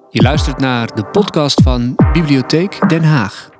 Je luistert naar de podcast van Bibliotheek Den Haag.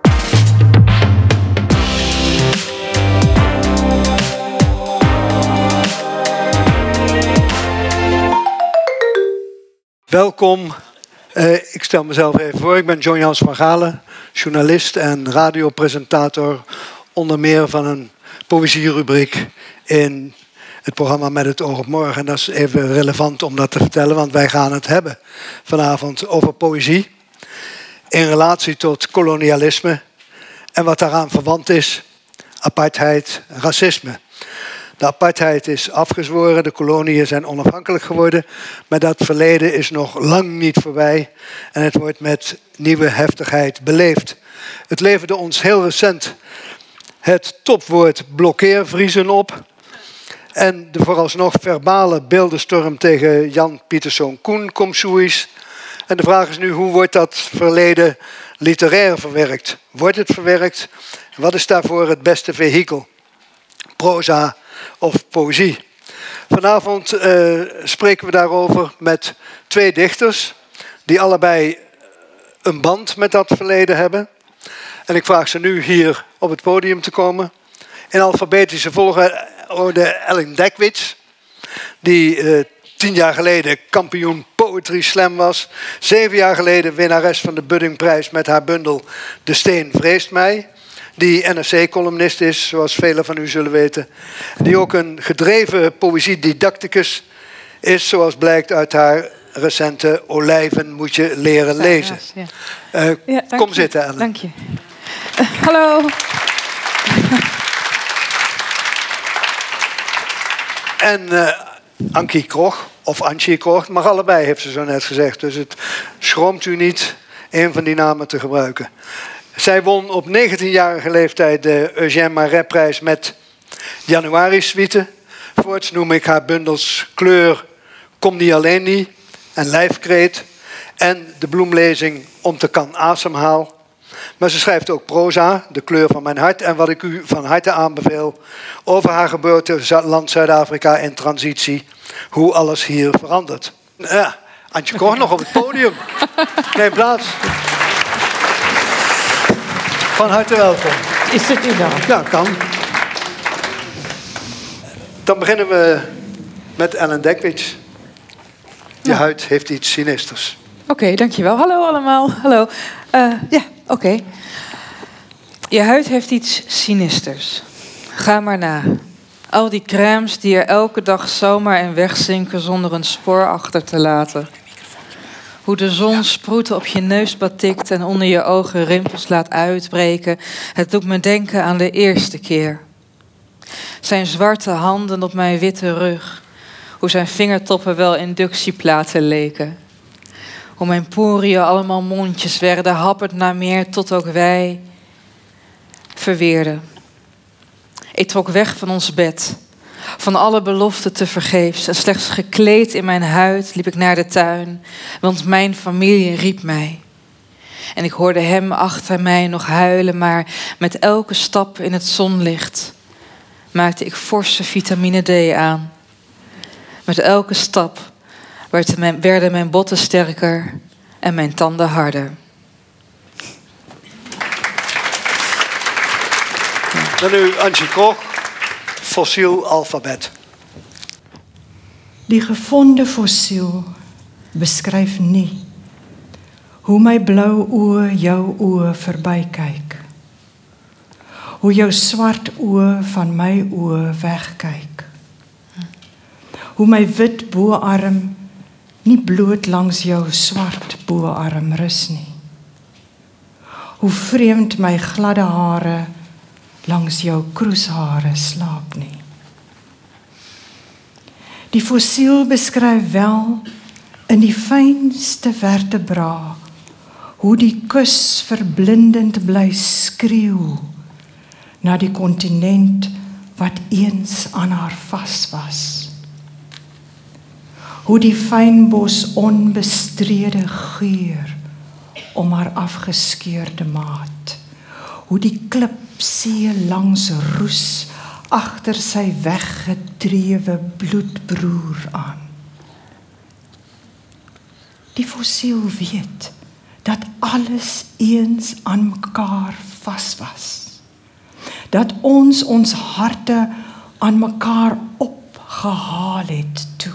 Welkom. Ik stel mezelf even voor. Ik ben John Jans van Galen, journalist en radiopresentator. Onder meer van een poëzierubriek in het programma Met het oog op morgen. En dat is even relevant om dat te vertellen, want wij gaan het hebben vanavond over poëzie. In relatie tot kolonialisme en wat daaraan verwant is, apartheid, racisme. De apartheid is afgezworen, de koloniën zijn onafhankelijk geworden, maar dat verleden is nog lang niet voorbij en het wordt met nieuwe heftigheid beleefd. Het leverde ons heel recent het topwoord blokkeervriezen op en de vooralsnog verbale beeldenstorm tegen Jan Pieterszoon Koen komt zoiets. En de vraag is nu, hoe wordt dat verleden literair verwerkt? Wordt het verwerkt? Wat is daarvoor het beste vehikel? Proza of poëzie? Vanavond spreken we daarover met twee dichters die allebei een band met dat verleden hebben. En ik vraag ze nu hier op het podium te komen. In alfabetische volgorde Ellen Dekwits, die 10 jaar geleden kampioen Poetry Slam was. 7 jaar geleden winnares van de Buddingprijs met haar bundel De Steen vreest mij. Die NRC-columnist is, zoals velen van u zullen weten. Die ook een gedreven poëziedidacticus is, zoals blijkt uit haar recente Olijven moet je leren lezen. Ja, kom zitten, Ellen. Dank je. Hallo. En Ankie Krog, of Antje Krog, mag allebei, heeft ze zo net gezegd. Dus het schroomt u niet een van die namen te gebruiken. Zij won op 19-jarige leeftijd de Eugène Marais-prijs met Januari-suite. Voorts noem ik haar bundels Kleur, Kom niet alleen niet en Lijfkreet. En de bloemlezing Om te kan asemhaal. Maar ze schrijft ook proza, De kleur van mijn hart. En wat ik u van harte aanbeveel over haar geboorteland Zuid-Afrika in transitie. Hoe alles hier verandert. Antje Krog nog op het podium. Neem plaats. Van harte welkom. Is het u dan? Ja, kan. Dan beginnen we met Ellen Dekwits. Je huid heeft iets sinisters. Oké, dankjewel. Hallo allemaal. Hallo. Oké. Je huid heeft iets sinisters. Ga maar na. Al die crèmes die er elke dag zomaar in wegzinken zonder een spoor achter te laten. Hoe de zon sproeten op je neusbad tikt en onder je ogen rimpels laat uitbreken. Het doet me denken aan de eerste keer. Zijn zwarte handen op mijn witte rug. Hoe zijn vingertoppen wel inductieplaten leken. Hoe mijn poriën allemaal mondjes werden, happend naar meer tot ook wij verweerden. Ik trok weg van ons bed. Van alle beloften te vergeefs en slechts gekleed in mijn huid liep ik naar de tuin, want mijn familie riep mij. En ik hoorde hem achter mij nog huilen, maar met elke stap in het zonlicht maakte ik forse vitamine D aan. Met elke stap werden mijn botten sterker en mijn tanden harder. Dan nu Antje Krog. Fossiel alfabet. Die gevonden fossiel beskryf nie hoe my blou oë jou oë verbykyk. Hoe jou swart oë van my oë wegkyk. Hoe my wit boarm nie bloot langs jou swart boarm rus nie. Hoe vreemd my gladde hare langs jou kroeshare slaap nie. Die fossiel beskryf wel in die fynste vertebra hoe die kus verblindend bly skreeu na die kontinent wat eens aan haar vas was. Hoe die fynbos onbestrede geur om haar afgeskeurde maat. Hoe die klipsee langs roes agter sy weggedrewe bloedbroer aan. Die fossiel weet dat alles eens aan mekaar vas was. Dat ons harte aan mekaar opgehaal het toe.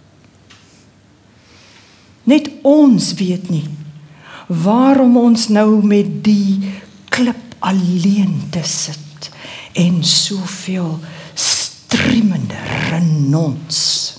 Net ons weet nie waarom ons nou met die klip alleen te sit en soveel striemende renons.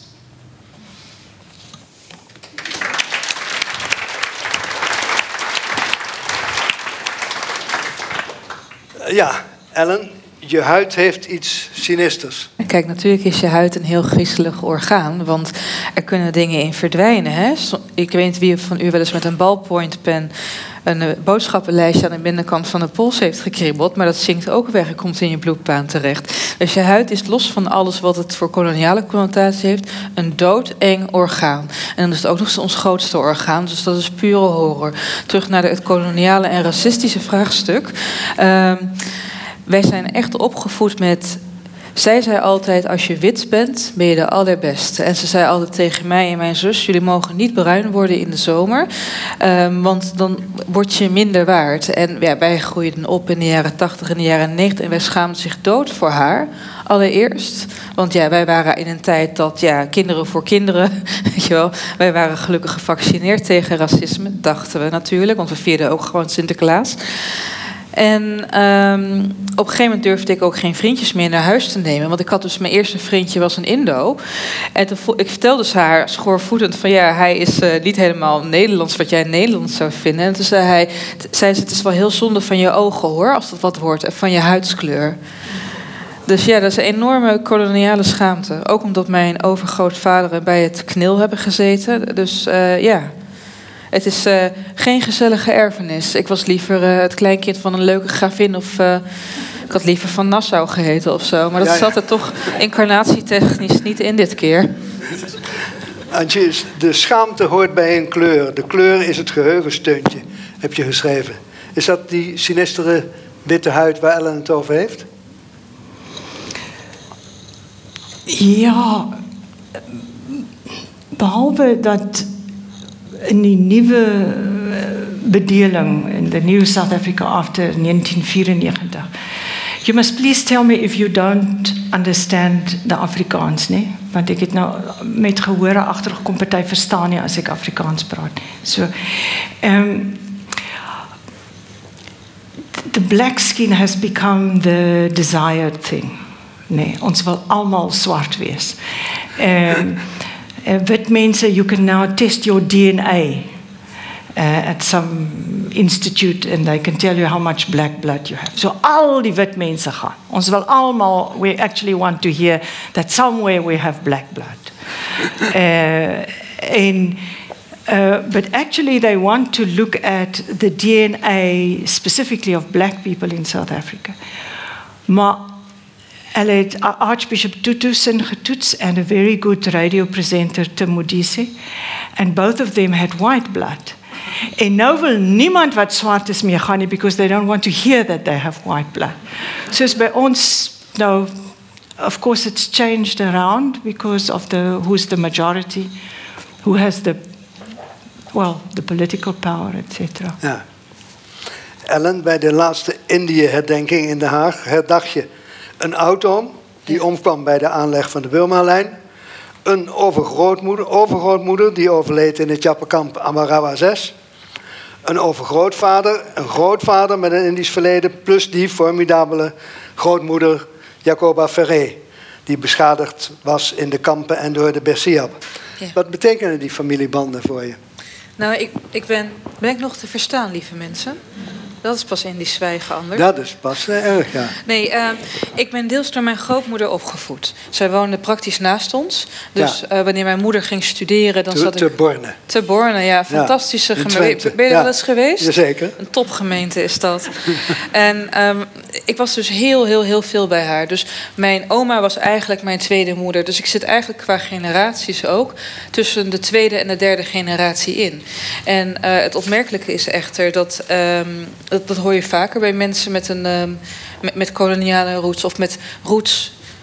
Ja, Ellen, je huid heeft iets sinisters. Kijk, natuurlijk is je huid een heel griezelig orgaan, want er kunnen dingen in verdwijnen. Hè? Ik weet niet wie van u wel eens met een ballpointpen een boodschappenlijstje aan de binnenkant van de pols heeft gekribbeld, maar dat zinkt ook weg en komt in je bloedbaan terecht. Dus je huid is los van alles wat het voor koloniale connotatie heeft, een doodeng orgaan. En dan is het ook nog eens ons grootste orgaan, dus dat is pure horror. Terug naar het koloniale en racistische vraagstuk. Wij zijn echt opgevoed met... Zij zei altijd, als je wit bent, ben je de allerbeste. En ze zei altijd tegen mij en mijn zus, jullie mogen niet bruin worden in de zomer. Want dan word je minder waard. En ja, wij groeiden op in de jaren 80 en de jaren 90 en wij schaamden zich dood voor haar. Allereerst. Want ja, wij waren in een tijd dat, ja, kinderen voor kinderen, weet je wel. Wij waren gelukkig gevaccineerd tegen racisme, dachten we natuurlijk. Want we vierden ook gewoon Sinterklaas. En op een gegeven moment durfde ik ook geen vriendjes meer naar huis te nemen. Want ik had dus mijn eerste vriendje was een Indo. En ik vertelde ze haar schoorvoetend van ja, hij is niet helemaal Nederlands wat jij Nederlands zou vinden. En toen zei ze, het is wel heel zonde van je ogen hoor, als dat wat wordt, en van je huidskleur. Dus ja, dat is een enorme koloniale schaamte. Ook omdat mijn overgrootvaderen bij het KNIL hebben gezeten. Dus ja... Het is geen gezellige erfenis. Ik was liever het kleinkind van een leuke gravin of ik had liever van Nassau geheten of zo. Maar dat zat er toch incarnatietechnisch niet in dit keer. Antje, de schaamte hoort bij een kleur. De kleur is het geheugensteuntje, heb je geschreven. Is dat die sinistere witte huid waar Ellen het over heeft? Ja, behalve dat... in die nieuwe bedeling in the new South Africa after 1994. You must please tell me if you don't understand the Afrikaans, nee? Want ek het nou met gehore agtergekom, party verstaan nie as ek Afrikaans praat. So, the black skin has become the desired thing. Nee, ons wil almal swart wees. Wit mense, you can now test your DNA at some institute and they can tell you how much black blood you have. So al die wit mense gaan. Ons wil almal, we actually want to hear that somewhere we have black blood. But actually they want to look at the DNA specifically of black people in South Africa. Maar hulle het Archbishop Tutusen getoets and a very good radio presenter Tim Modise, and both of them had white blood. En nou wil niemand wat swart is meer gaan nie, because they don't want to hear that they have white blood. Soos by ons nou, of course it's changed around because of who's the majority, who has the political power, etc. Ja. Ellen, bij de laatste Indië-herdenking in Den Haag herdacht je een oud-oom die omkwam bij de aanleg van de Burma-lijn. Een overgrootmoeder die overleed in het Jappenkamp Amarawa 6. Een overgrootvader, een grootvader met een Indisch verleden, plus die formidabele grootmoeder Jacoba Ferré, die beschadigd was in de kampen en door de Bersiab. Ja. Wat betekenen die familiebanden voor je? Nou, ben ik nog te verstaan, lieve mensen? Dat is pas in die zwijgen anders. Dat is pas erg, ja. Nee, ik ben deels door mijn grootmoeder opgevoed. Zij woonde praktisch naast ons. Dus ja. Wanneer mijn moeder ging studeren, dan zat ik... Te Borne. Te Borne, ja. Fantastische gemeente. Ben je er wel eens geweest? Jazeker. Een topgemeente is dat. En ik was dus heel veel bij haar. Dus mijn oma was eigenlijk mijn tweede moeder. Dus ik zit eigenlijk qua generaties ook tussen de tweede en de derde generatie in. En het opmerkelijke is echter dat... Dat hoor je vaker bij mensen met koloniale roots of met roots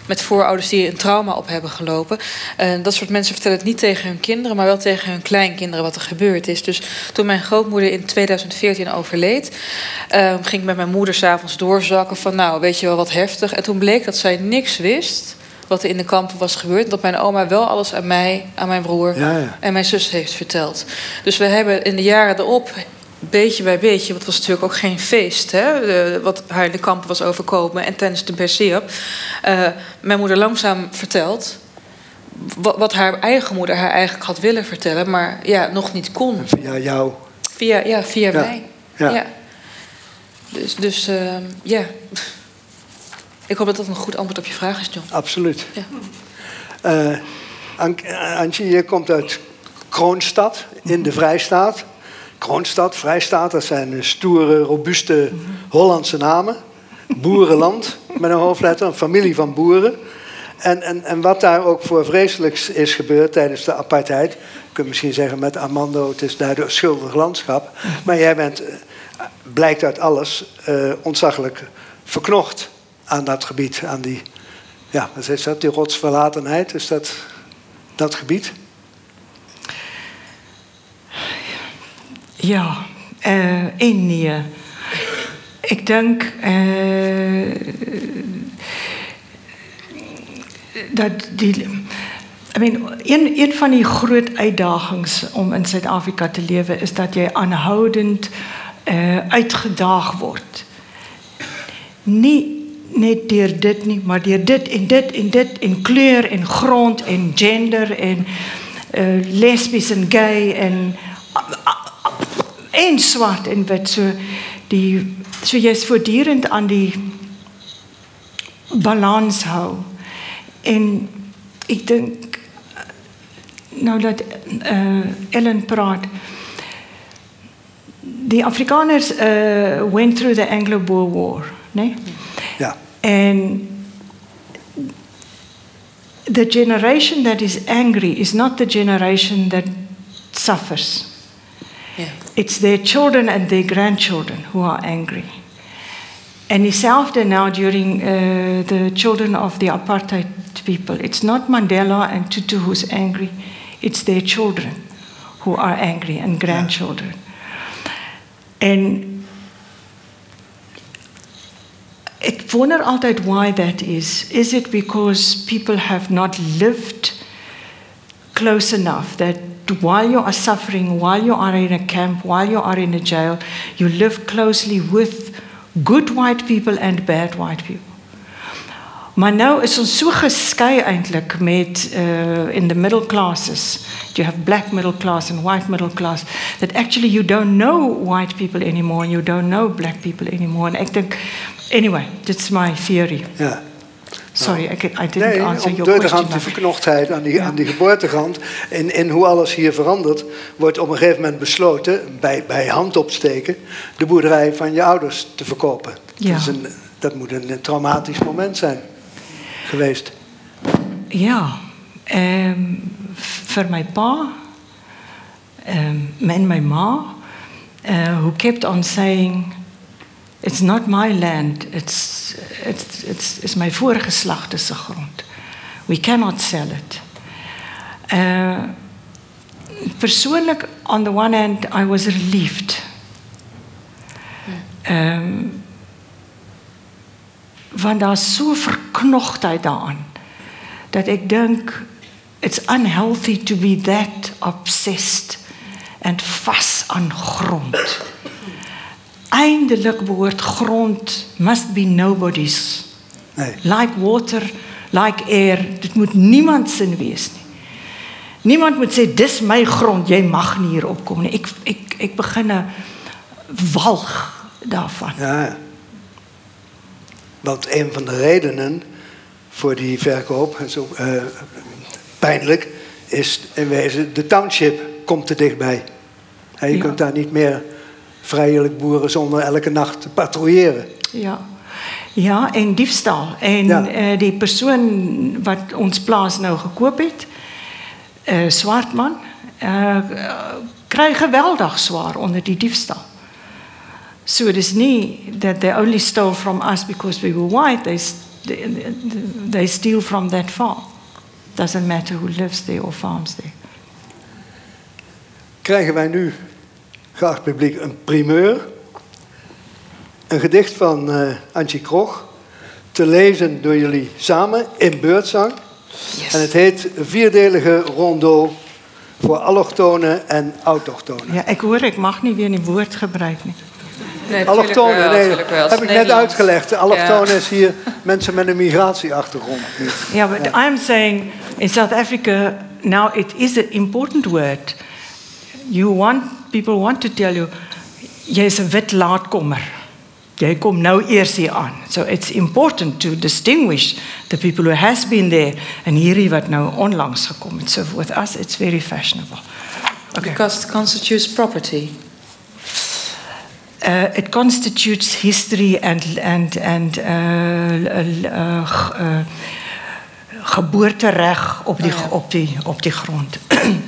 met voorouders die een trauma op hebben gelopen. Dat soort mensen vertellen het niet tegen hun kinderen, maar wel tegen hun kleinkinderen wat er gebeurd is. Dus toen mijn grootmoeder in 2014 overleed, ging ik met mijn moeder 's avonds doorzakken van, nou, weet je wel, wat heftig. En toen bleek dat zij niks wist wat er in de kampen was gebeurd. Dat mijn oma wel alles aan mij, aan mijn broer en mijn zus heeft verteld. Dus we hebben in de jaren erop, beetje bij beetje, want het was natuurlijk ook geen feest, hè, wat haar in de kampen was overkomen en tijdens de Berseab, mijn moeder langzaam verteld wat haar eigen moeder haar eigenlijk had willen vertellen, maar ja, nog niet kon. Via jou. Via mij. Ja. Ja. Dus ja. Ik hoop dat dat een goed antwoord op je vraag is, John. Absoluut. Ja. Antje, je komt uit Kroonstad in de Vrijstaat. Kroonstad, Vrijstaat, dat zijn stoere, robuuste Hollandse namen. Boerenland met een hoofdletter, een familie van boeren. En wat daar ook voor vreselijks is gebeurd tijdens de apartheid. Je kunt misschien zeggen met Armando, het is daar een schuldig landschap. Maar jij bent, blijkt uit alles, ontzaglijk verknocht aan dat gebied. Aan die, ja, wat is dat, die rotsverlatenheid, is dat gebied? Ja, en nee. Ik denk dat een van die groot uitdagings om in Suid-Afrika te leven is dat jy aanhoudend uitgedaag word. Nie net deur dit nie, maar deur dit en dit en dit en kleur en grond en gender en lesbies en gay en swart en wit. So jy is voortdurend aan die balans hou. En ek dink nou dat Ellen praat, die Afrikaners went through the Anglo-Boer War, né? Ja. And the generation that is angry is not the generation that suffers. Yeah. It's their children and their grandchildren who are angry. En dieselfde now during the children of the apartheid people. It's not Mandela and Tutu who's angry. It's their children who are angry and grandchildren. En ik wonder altijd why that is. Is it because people have not lived close enough that while you are suffering, while you are in a camp, while you are in a jail, you live closely with good white people and bad white people. Maar nou is ons so geskei eintlik met in the middle classes. You have black middle class and white middle class. That actually you don't know white people anymore and you don't know black people anymore. En ek dink, anyway, that's my theory. Ja. Sorry, I didn't answer your door te question. gaan die verknochtheid aan die geboortegrond en hoe alles hier verandert, wordt op een gegeven moment besloten, bij hand opsteken, de boerderij van je ouders te verkopen. Ja. Dat moet een traumatisch moment zijn geweest. Ja, voor mijn pa en mijn ma, who kept on saying, it's not my land, it's my voorgeslagte se grond. We cannot sell it. Persoonlijk, on the one hand, I was relieved. Want daar is so verknogtheid daaraan, dat ek dink, it's unhealthy to be that obsessed and vas aan grond. Eindelik behoort grond, must be nobody's. Nee. Like water, like air, dit moet niemand sin wees nie. Niemand moet sê, dis my grond, jy mag nie hier opkom nie. Ek begin walg daarvan. Ja. Want een van de redenen voor die verkoop, zo pijnlijk, is in wezen de township komt te dichtbij. Je kunt daar niet meer vrijelijk boeren zonder elke nacht te patrouilleren. Ja, en diefstal. En die persoon wat ons plaas nou gekoop het, swart man, kry geweldig swaar onder die diefstal. So it is nie that they only stole from us because we were white. they steal from that farm. Doesn't matter who lives there or farms there. Krijgen wij nu, geacht publiek, een primeur. Een gedicht van Antje Krog. Te lezen door jullie samen in beurtzang. Yes. En het heet Vierdelige Rondeau voor allochtonen en autochtonen. Ja, ik mag niet weer een woord gebruiken. Nee, Allochtonen, nee, tuurlijk wel. heb ik net uitgelegd. Allochtonen is hier mensen met een migratieachtergrond. Ja, but I'm saying in South Africa now it is an important word. People want to tell you, jy is 'n wit laatkomer. Jy kom nou eers hier aan. So it's important to distinguish the people who has been there and hierdie wat nou onlangs gekom het. So with us it's very fashionable. Okay. Because it constitutes property. It constitutes history and geboortereg op die grond.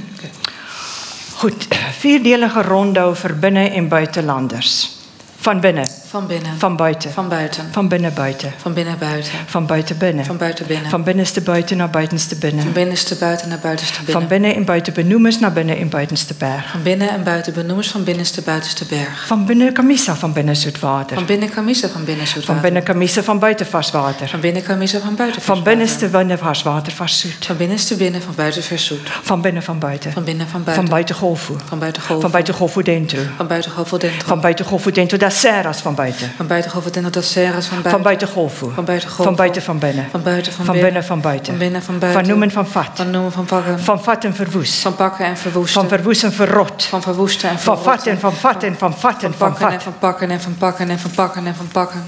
Goed, vierdelige rondeau vir binne- en buitelanders. Van binnen. Van binnen. Van buiten. Van buiten. Van binnen buiten. Van binnen buiten. Van buiten binnen. Van buiten binnen. Van binnenste buiten naar buitenste binnen. Van binnenste buiten naar buitenste binnen. Van binnen en buiten benoemers naar binnen en buitenste berg. Van binnen en buiten benoemers van binnenste buitenste berg. Van binnen Kamisa van binnen zoetwater. Van binnen Kamisa van binnen zoetwater. Van binnen Kamisa van buiten varswater. Van binnen Kamisa van buiten Van binnenste binnen varswater varszoet. Van binnenste binnen van buiten verzoet. Van binnen van buiten. Van binnen van buiten. Van buiten golfu. Van buiten golf. Van buiten golfu dentro. Van buiten golf dentro. Van buiten golfu dentro das serras van buiten. Van buiten golf dentro das serras van buiten. Van buiten golfu. Van buiten golf. Van buiten van binnen. Van buiten van Van binnen. binnen van buiten. Van binnen van buiten. Van noemen van vat. Van noemen van pakken. Van vat en verwoes. Van pakken en verwoesten. Van verwoes en verrot. Van verwoesten en Van verrotten. vat en van vat en van vat en van Van pakken en vat. van pakken en van pakken en van pakken en van pakken.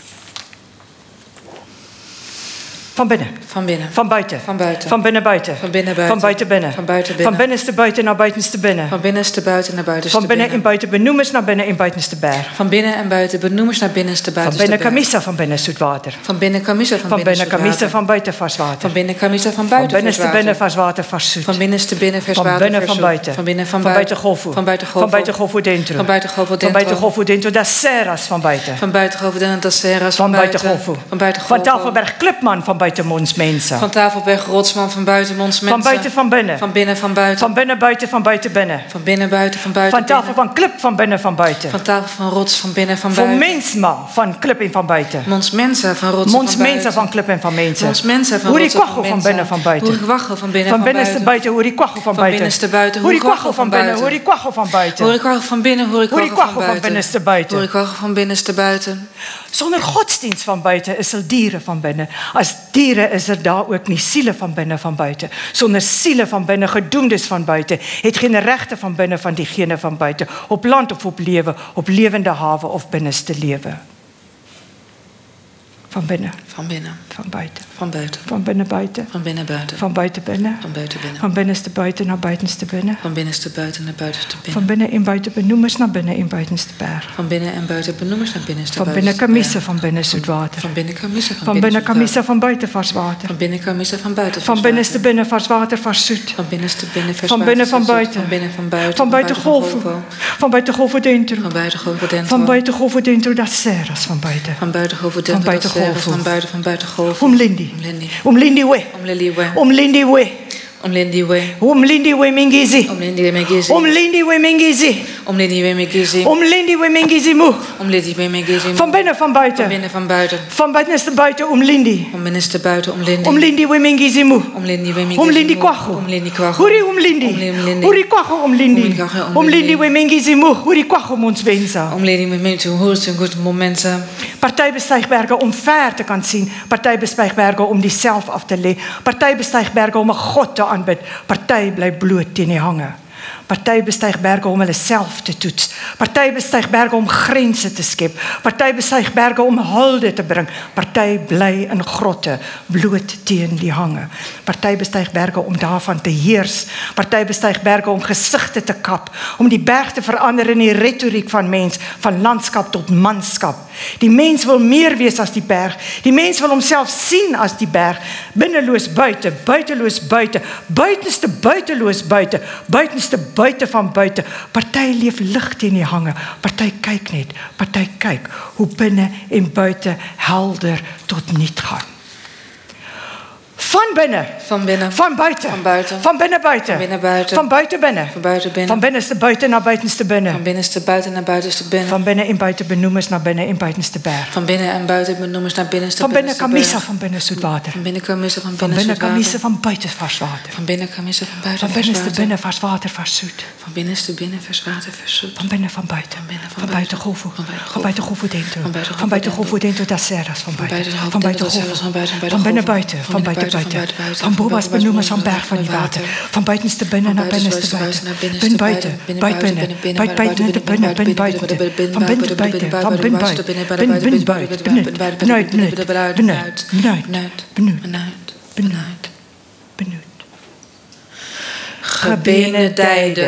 Van binnen. Van binnen. Van buiten. Van buiten. Van binnen buiten. Van binnen buiten. Van buiten binnen. Van buiten binnen. Van binnenste buiten naar buitenste binnen. Van binnenste buiten naar buitenste Van binnen en buiten benoemers naar binnen en buitenste berg. Van binnen en buiten benoemers naar binnenste Van buitenste binnen berg. Kamisa van binnen zoetwater. Van binnen Kamisa van Van binnen zoetwater. Kamisa van buiten varswater. Van binnen Kamisa van Van buiten binnenste verswater. binnen varswater varszoet. Van binnenste binnen Van verswater binnen van verzoet. buiten. Van binnen van Van buiten buiten. golfu. Van buiten golf. Van buiten golfu dentro. Van buiten golf Van dentro. buiten golfu dentro das serras van buiten. Van buiten golf dentro das serras Van buiten golfu. Van buiten Van golf. Tafelberg Klipman van buiten ons mensen. Van Tafelberg Rotsman van buiten ons mensen. Van buiten van binnen. Van binnen van buiten. Van binnen buiten van buiten binnen. Van binnen buiten van buiten. Van tafel binnen. van klip van binnen van buiten. Van tafel van rots van binnen van Van buiten. mensma van klip en van buiten. Mons mensen van rots Mons van buiten. mensen van klip en van mensen. Mons mensen van Hoor die rots kwachel van mensen. binnen van buiten. Hoor ik waggel van binnen Van van binnenste buiten. buiten hoor die kwachel van Van buiten. binnenste buiten Hoor die hoor ik kwachel van binnen, hoor die kwachel van buiten. Hoor ik waggel van binnen, hoor ik Hoor die waggel van kwachel van buiten. binnenste buiten. Hoor ik waggel van binnenste buiten. Sonder godsdienst van buiten is er diere van binnen. As diere is er daar ook nie siele van binnen van buiten. Sonder siele van binnen, gedoemdes van buiten, het geen regte van binnen van diegene van buiten, op land of op lewe, op lewende hawe of binnenste lewe. Van binnen, Van binnen, van buiten, van buiten. van binnen buiten, Van binnen buiten. van buiten binnen, Van buiten binnen. van binnenste buiten naar buitenste binnen, Van binnenste buiten naar buitenste binnen. van binnen en buiten benoemers naar binnen en buitenste berg. Van binnen en buiten benoemers naar binnenste Van binnen buitenste Kamisa, berg. van binnen zoetwater. Van binnen Kamisa Van binnen Kamisa, van buiten varswater. Van binnen Kamisa van buiten. Van binnenste binnen varswater varszoet. Van binnenste binnen Van binnen van buiten. Van binnen van buiten. Van buiten golven. Van buiten golven dentro. Van buiten golven dentro. Van buiten golven dentro das serras van buiten. Van buiten golven dentro. Van buiten dat serras. golven. Van buiten golven. Om Lindy. Om Lindy. Om Lindy we. Om Lily we. Om Lindy we. Om Lindy we. Om Lindy we mingizi. Om Lindy we megizi. Om Lindy we mingizi. Om Lindy we megizi. Om Lindy we mingizi moe. Om Lindy we megizi. Van binnen van Van buiten. binnen van buiten. Van binnenste buiten om Lindy. Van binnenste buiten om Lindy. Om Lindy we mingizi moe. Om Lindy we megizi. Om Lindy kwachel. Om Lindy kwachel. Hoerie om Lindy. Om Lindy. Hoerie kwachel om Lindy. Om kwachel om Om Lindy Lindy. we mingizi moe. Hoerie kwachel ons wensa. Om Lindy we megizi. Hoe is het een goed moment? Partijbestijgbergen om ver te kan zien. Partijbestijgbergen om die self af te lê. Partijbestijgbergen om 'n God te aanbid. Party bly bloot teen die hange. Party bestyg berge om hulle self te toets. Party bestyg berge om grense te skep. Party bestyg berge om hulde te bring. Party bly in grotte bloot teen die hange. Party bestyg berge om daarvan te heers. Party bestyg berge om gesigte te kap, om die berg te verander in die retoriek van mens, van landskap tot manskap. Die mens wil meer wees as die berg. Die mens wil homself sien as die berg. Binneloos buite, buiteloos buite, buitenste buiteloos buite, buitenste buite van buite. Party leef lig teen die hange. Party kyk net, party kyk hoe binne en buite helder tot niet gaan. Van binnen. Van binnen. Van buiten. Van buiten. Van binnen buiten. Van binnen buiten. Van buiten binnen. Van buiten binnen. Van binnenste buiten naar buitenste binnen. Van binnenste buiten naar buitenste binnen. Van binnen en buiten benoemers naar binnen en buitenste berg. Van binnen en buiten benoemers naar binnenste Van binnen binnenste kamisa, berg. van binnen zoetwater. Van binnen kamisa, van Van binnen binnen zoetwater. kamisa, van buiten vars water. Van binnen kamisa, van buiten Van vers binnenste water. binnen vars water, vars zoet. Van binnenste binnen vers water, vers zoet. Van binnen, van buiten. Van binnen, Van buiten golven. Van buiten golven dentro. Van buiten Van buiten golven golven dentro das serras. Van buiten. Van buiten golven. Van buiten, Van binnen buiten. Van buiten buiten. Van boven's benoemers van berg van die water. Van buitenste binnen naar binnenste buiten. Binnen buiten. Buiten binnen. Buiten binnen. Binnen binnen buiten. Van binnen buiten. Van binnen buiten. Binnen binnen buiten. Binnen. Benuit. Benuit. Benuit. Benuit. Benuit. Benuit. Benuit. Gebenedijde.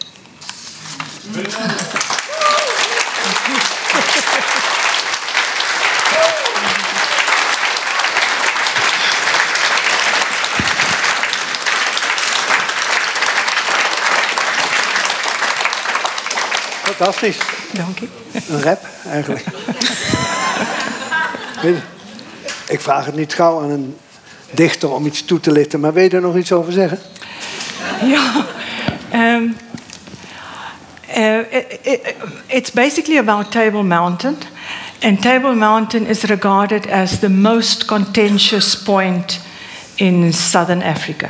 Fantastisch. Dank je. Een rap, eigenlijk. Weet je, ik vraag het niet gauw aan een dichter om iets toe te lichten, maar wil je er nog iets over zeggen? Ja. It's basically about Table Mountain. And Table Mountain is regarded as the most contentious point in Southern Africa.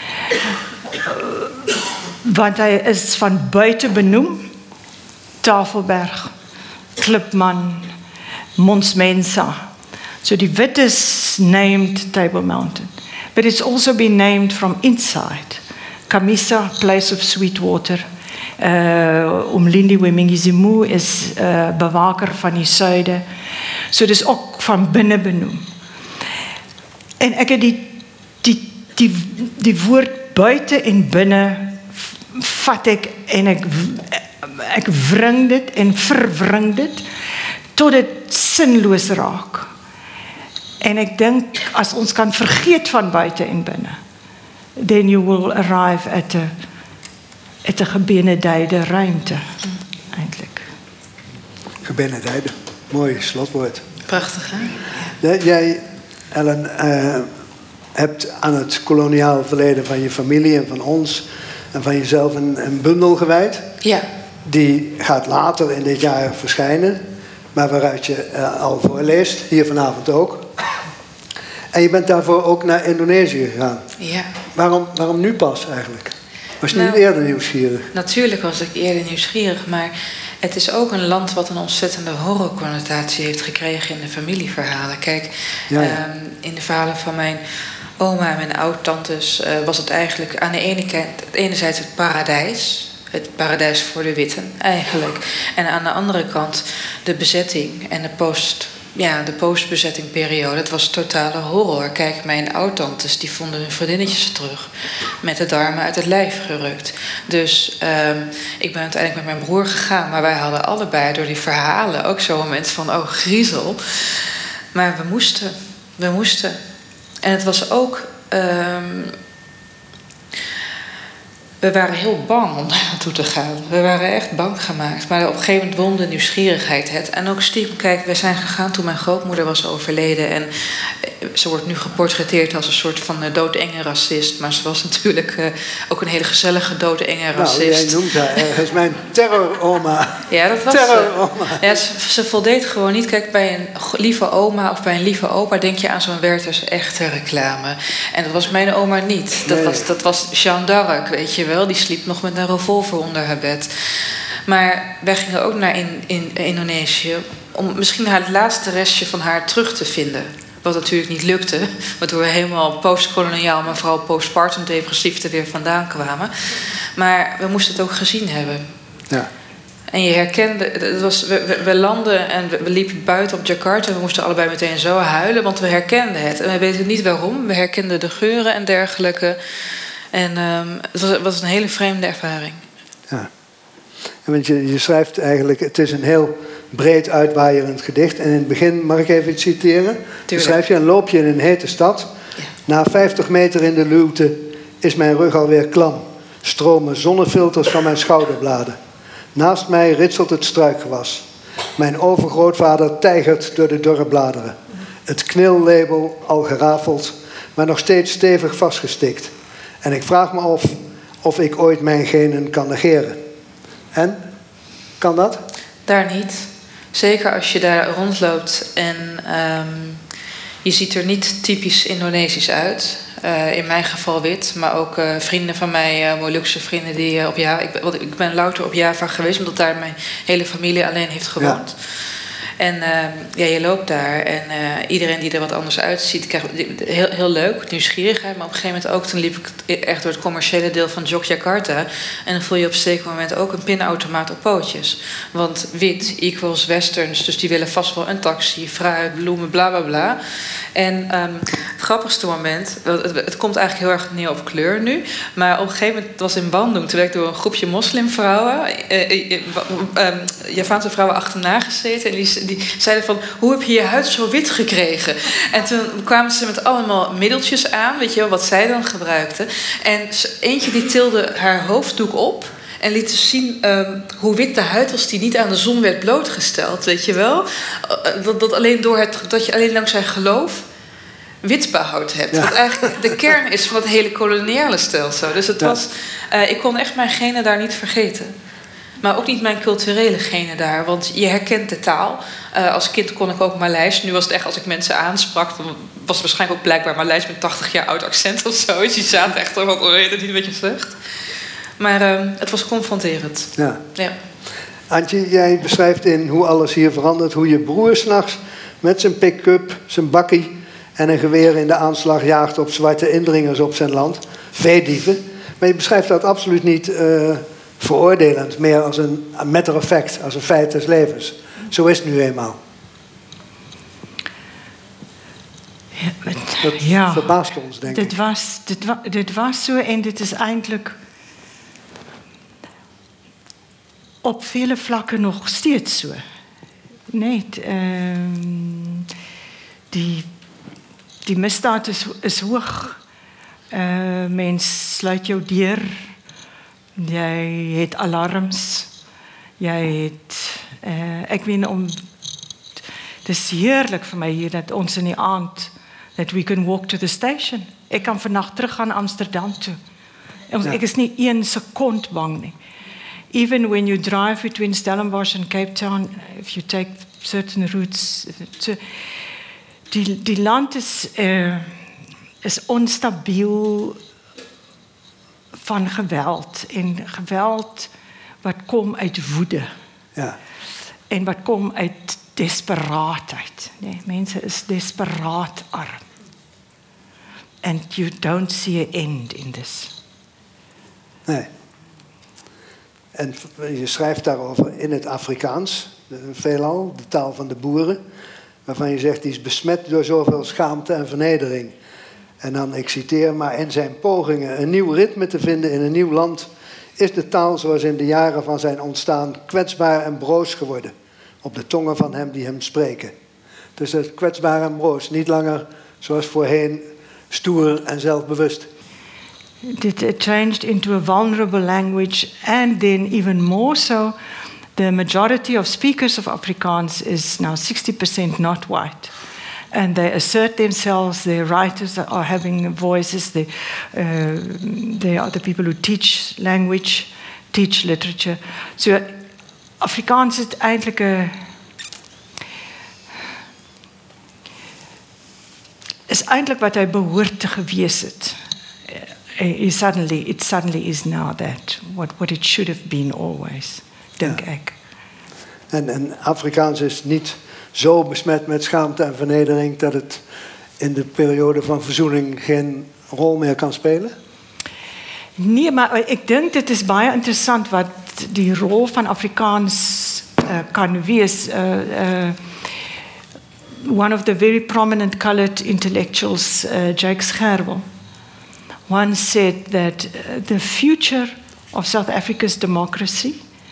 Want hij is van buiten benoemd. Tafelberg, Klipman, Mons Mensa. So the wit is named Table Mountain. But it's also been named from inside. Kamisa, place of sweet water. Umlindi Wemingizimu is bewaker van die suide. So dis ook van binne benoem. En ek het die woord buite en binne vat ek en ek wring dit en verwring dit tot dit sinloos raak. En ek dink as ons kan vergeet van buite en binne, then you will arrive at a gebenedijde ruimte eintlik. Gebenedijde. Mooi slotwoord. Prachtig, hè? Jij, Ellen, hebt aan het koloniaal verleden van je familie en van ons en van jezelf een bundel gewijd. Ja. Die gaat later in dit jaar verschijnen, maar waaruit je al voorleest, hier vanavond ook. En je bent daarvoor ook naar Indonesië gegaan. Ja. Waarom nu pas eigenlijk? Was je Nou, niet eerder nieuwsgierig? Natuurlijk was ik eerder nieuwsgierig, maar het is ook een land wat een ontzettende horrorconnotatie heeft gekregen in de familieverhalen. Kijk, Ja. In de verhalen van mijn oma en mijn oud-tantes was het eigenlijk aan de ene kant enerzijds het paradijs. Het paradijs voor de witten, eigenlijk. En aan de andere kant de bezetting en de postbezettingperiode. Het was totale horror. Kijk, mijn oud-tantes die vonden hun vriendinnetjes terug met de darmen uit het lijf gerukt. Dus ik ben uiteindelijk met mijn broer gegaan, maar wij hadden allebei door die verhalen ook zo'n moment van, oh, griezel. Maar we moesten. En het was ook... we waren heel bang om daar naartoe te gaan. We waren echt bang gemaakt. Maar op een gegeven moment won de nieuwsgierigheid het. En ook stiekem, kijk, wij zijn gegaan toen mijn grootmoeder was overleden. En ze wordt nu geportretteerd als een soort van doodenge racist. Maar ze was natuurlijk ook een hele gezellige doodenge racist. Nou, jij noemt haar ergens mijn terroroma. Ja, dat was terroroma. Ja, ze voldeed gewoon niet. Kijk, bij een lieve oma of bij een lieve opa denk je aan zo'n Werthers echte reclame. En dat was mijn oma niet. Dat was Jeanne d'Arc, weet je wel. Die sliep nog met een revolver onder haar bed. Maar wij gingen ook naar Indonesië om misschien het laatste restje van haar terug te vinden. Wat natuurlijk niet lukte, waardoor we helemaal postkoloniaal, maar vooral postpartum depressief er weer vandaan kwamen. Maar we moesten het ook gezien hebben. Ja. En je herkende, we landden en we liepen buiten op Jakarta. We moesten allebei meteen zo huilen, want we herkenden het. En we weten niet waarom. We herkenden de geuren en dergelijke. En het was een hele vreemde ervaring. Ja. En want je schrijft eigenlijk, het is een heel breed uitwaaierend gedicht. En in het begin, mag ik even iets citeren? Dan schrijf je, een loopje in een hete stad. Ja. Na 50 meter in de luwte is mijn rug alweer klam. Stromen zonnefilters van mijn schouderbladen. Naast mij ritselt het struikgewas. Mijn overgrootvader tijgert door de dorre bladeren. Het knillabel al gerafeld. maar nog steeds stevig vastgestikt. En ik vraag me af of ik ooit mijn genen kan negeren. En? Kan dat? Daar niet. Zeker als je daar rondloopt en je ziet er niet typisch Indonesisch uit. In mijn geval wit, maar ook vrienden van mij, Molukse vrienden die op Java... Ik ben louter op Java geweest, omdat daar mijn hele familie alleen heeft gewoond. Ja. En je loopt daar en iedereen die er wat anders uitziet, krijgt heel leuk, nieuwsgierigheid. Maar op een gegeven moment ook, toen liep ik echt door het commerciële deel van Yogyakarta. En dan voel je op een zeker moment ook een pinautomaat op pootjes. Want wit equals westerns, dus die willen vast wel een taxi, fruit, bloemen, bla bla bla. En het grappigste moment, het komt eigenlijk heel erg neer op kleur nu. Maar op een gegeven moment was in Bandung, toen werd ik door een groepje moslimvrouwen, Javaanse vrouwen achterna gezeten. En die zeiden van, hoe heb je je huid zo wit gekregen? En toen kwamen ze met allemaal middeltjes aan, weet je wel, wat zij dan gebruikten. En eentje die tilde haar hoofddoek op en liet dus zien hoe wit de huid was die niet aan de zon werd blootgesteld, weet je wel. Dat alleen dat je alleen dankzij geloof wit behoud hebt. Ja. Wat eigenlijk de kern is van het hele koloniale stelsel. Dus het was, ik kon echt mijn genen daar niet vergeten. Maar ook niet mijn culturele genen daar. Want je herkent de taal. Als kind kon ik ook Maleis. Nu was het echt, als ik mensen aansprak, dan was het waarschijnlijk ook blijkbaar Maleis met 80 jaar oud accent of zo. Dus die zaten echt van, ik weet het niet wat je zegt. Maar het was confronterend. Ja. Antje, jij beschrijft in hoe alles hier verandert, hoe je broer 's nachts met zijn pick-up, zijn bakkie en een geweer in de aanslag jaagt op zwarte indringers op zijn land. Veedieven. Maar je beschrijft dat absoluut niet veroordelend, meer als een matter of fact, als een feit des levens. Zo is het nu eenmaal. Dat verbaast ons, denk ik. Dit was zo en dit is eigenlijk op vele vlakken nog steeds zo. Nee, die misdaad is hoog. Mens sluit jou deur. Jy het alarms. Jy het ek weet dis heerlik vir my hier dat ons in die aand that we can walk to the station. Ek kan vannacht terug gaan Amsterdam toe. Ek is nie 1 sekond bang nie. Even when you drive between Stellenbosch and Cape Town, if you take certain routes, die land is onstabiel van geweld. En geweld wat kom uit woede. Ja. En wat kom uit desperaatheid. Nee, mense is desperaat arm. And you don't see an end in this. Nee. En je schrijft daarover in het Afrikaans, veelal, de taal van de boeren, waarvan je zegt, die is besmet door zoveel schaamte en vernedering. En dan, ik citeer, maar in zijn pogingen een nieuw ritme te vinden in een nieuw land, is de taal zoals in de jaren van zijn ontstaan kwetsbaar en broos geworden, op de tongen van hem die hem spreken. Dus het kwetsbaar en broos, niet langer zoals voorheen stoer en zelfbewust. It changed into a vulnerable language, and then even more so, the majority of speakers of Afrikaans is now 60% not white. And they assert themselves, their writers are having voices, they are the people who teach language, teach literature. So Afrikaans is eintlik 'n is eintlik wat hy behoort te gewees het. It suddenly is now that what it should have been always, denk ik. En Afrikaans is niet zo besmet met schaamte en vernedering dat het in de periode van verzoening geen rol meer kan spelen? Nee, maar ik denk dit is baie interessant wat die rol van Afrikaans kan wees. One of the very prominent colored intellectuals, Jake Scherwel, once said that the future of South Africa's democracy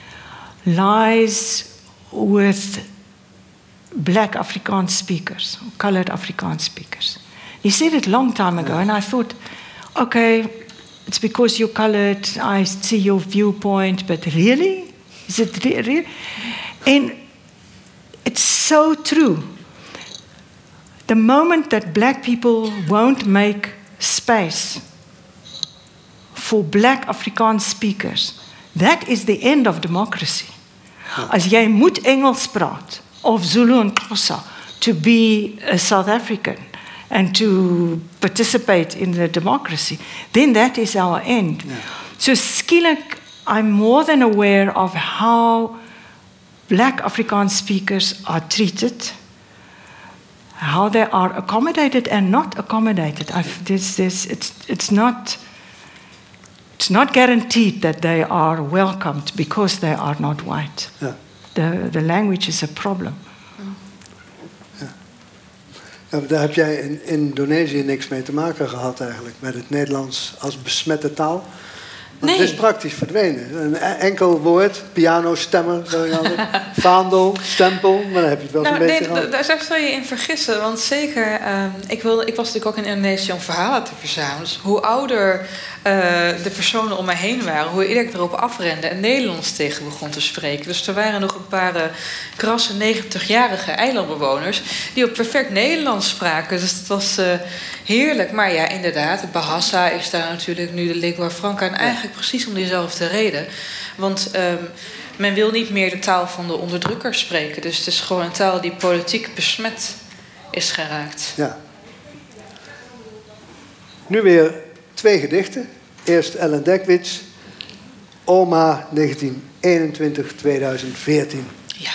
lies with black Afrikaans speakers, colored Afrikaans speakers. He said it a long time ago, and I thought, okay, it's because you're colored, I see your viewpoint, but really? Is it really? And it's so true. the moment that black people won't make space for black Afrikaans speakers, that is the end of democracy. As jy moet Engels praat, of Zulu en Xhosa, to be a South African and to participate in the democracy, then that is our end. Yeah. So skielik, I'm more than aware of how black Afrikaans speakers are treated, how they are accommodated and not accommodated. It's not guaranteed that they are welcomed because they are not white. Ja. The language is a problem. Ja. Ja, daar heb jij in Indonesië niks mee te maken gehad eigenlijk, met het Nederlands als besmette taal. Want nee. Het is praktisch verdwenen. Een enkel woord, pianostemmer, zou je altijd, vaandel, stempel, maar dan heb je het wel zo'n beetje gehad. Daar zou je in vergissen, want zeker, ik was natuurlijk ook in Indonesië om verhalen te verzamelen. Dus hoe ouder de personen om mij heen waren, hoe eerder ik erop afrende en Nederlands tegen begon te spreken. Dus er waren nog een paar krasse 90-jarige eilandbewoners die op perfect Nederlands spraken. Dus het was heerlijk. Maar ja, inderdaad, Bahasa is daar natuurlijk nu de lingua franca. En eigenlijk precies om diezelfde reden. Want men wil niet meer de taal van de onderdrukker spreken. Dus het is gewoon een taal die politiek besmet is geraakt. Ja. Nu weer 2 gedichten. Eerst Ellen Dekwits, Oma 1921-2014. Ja.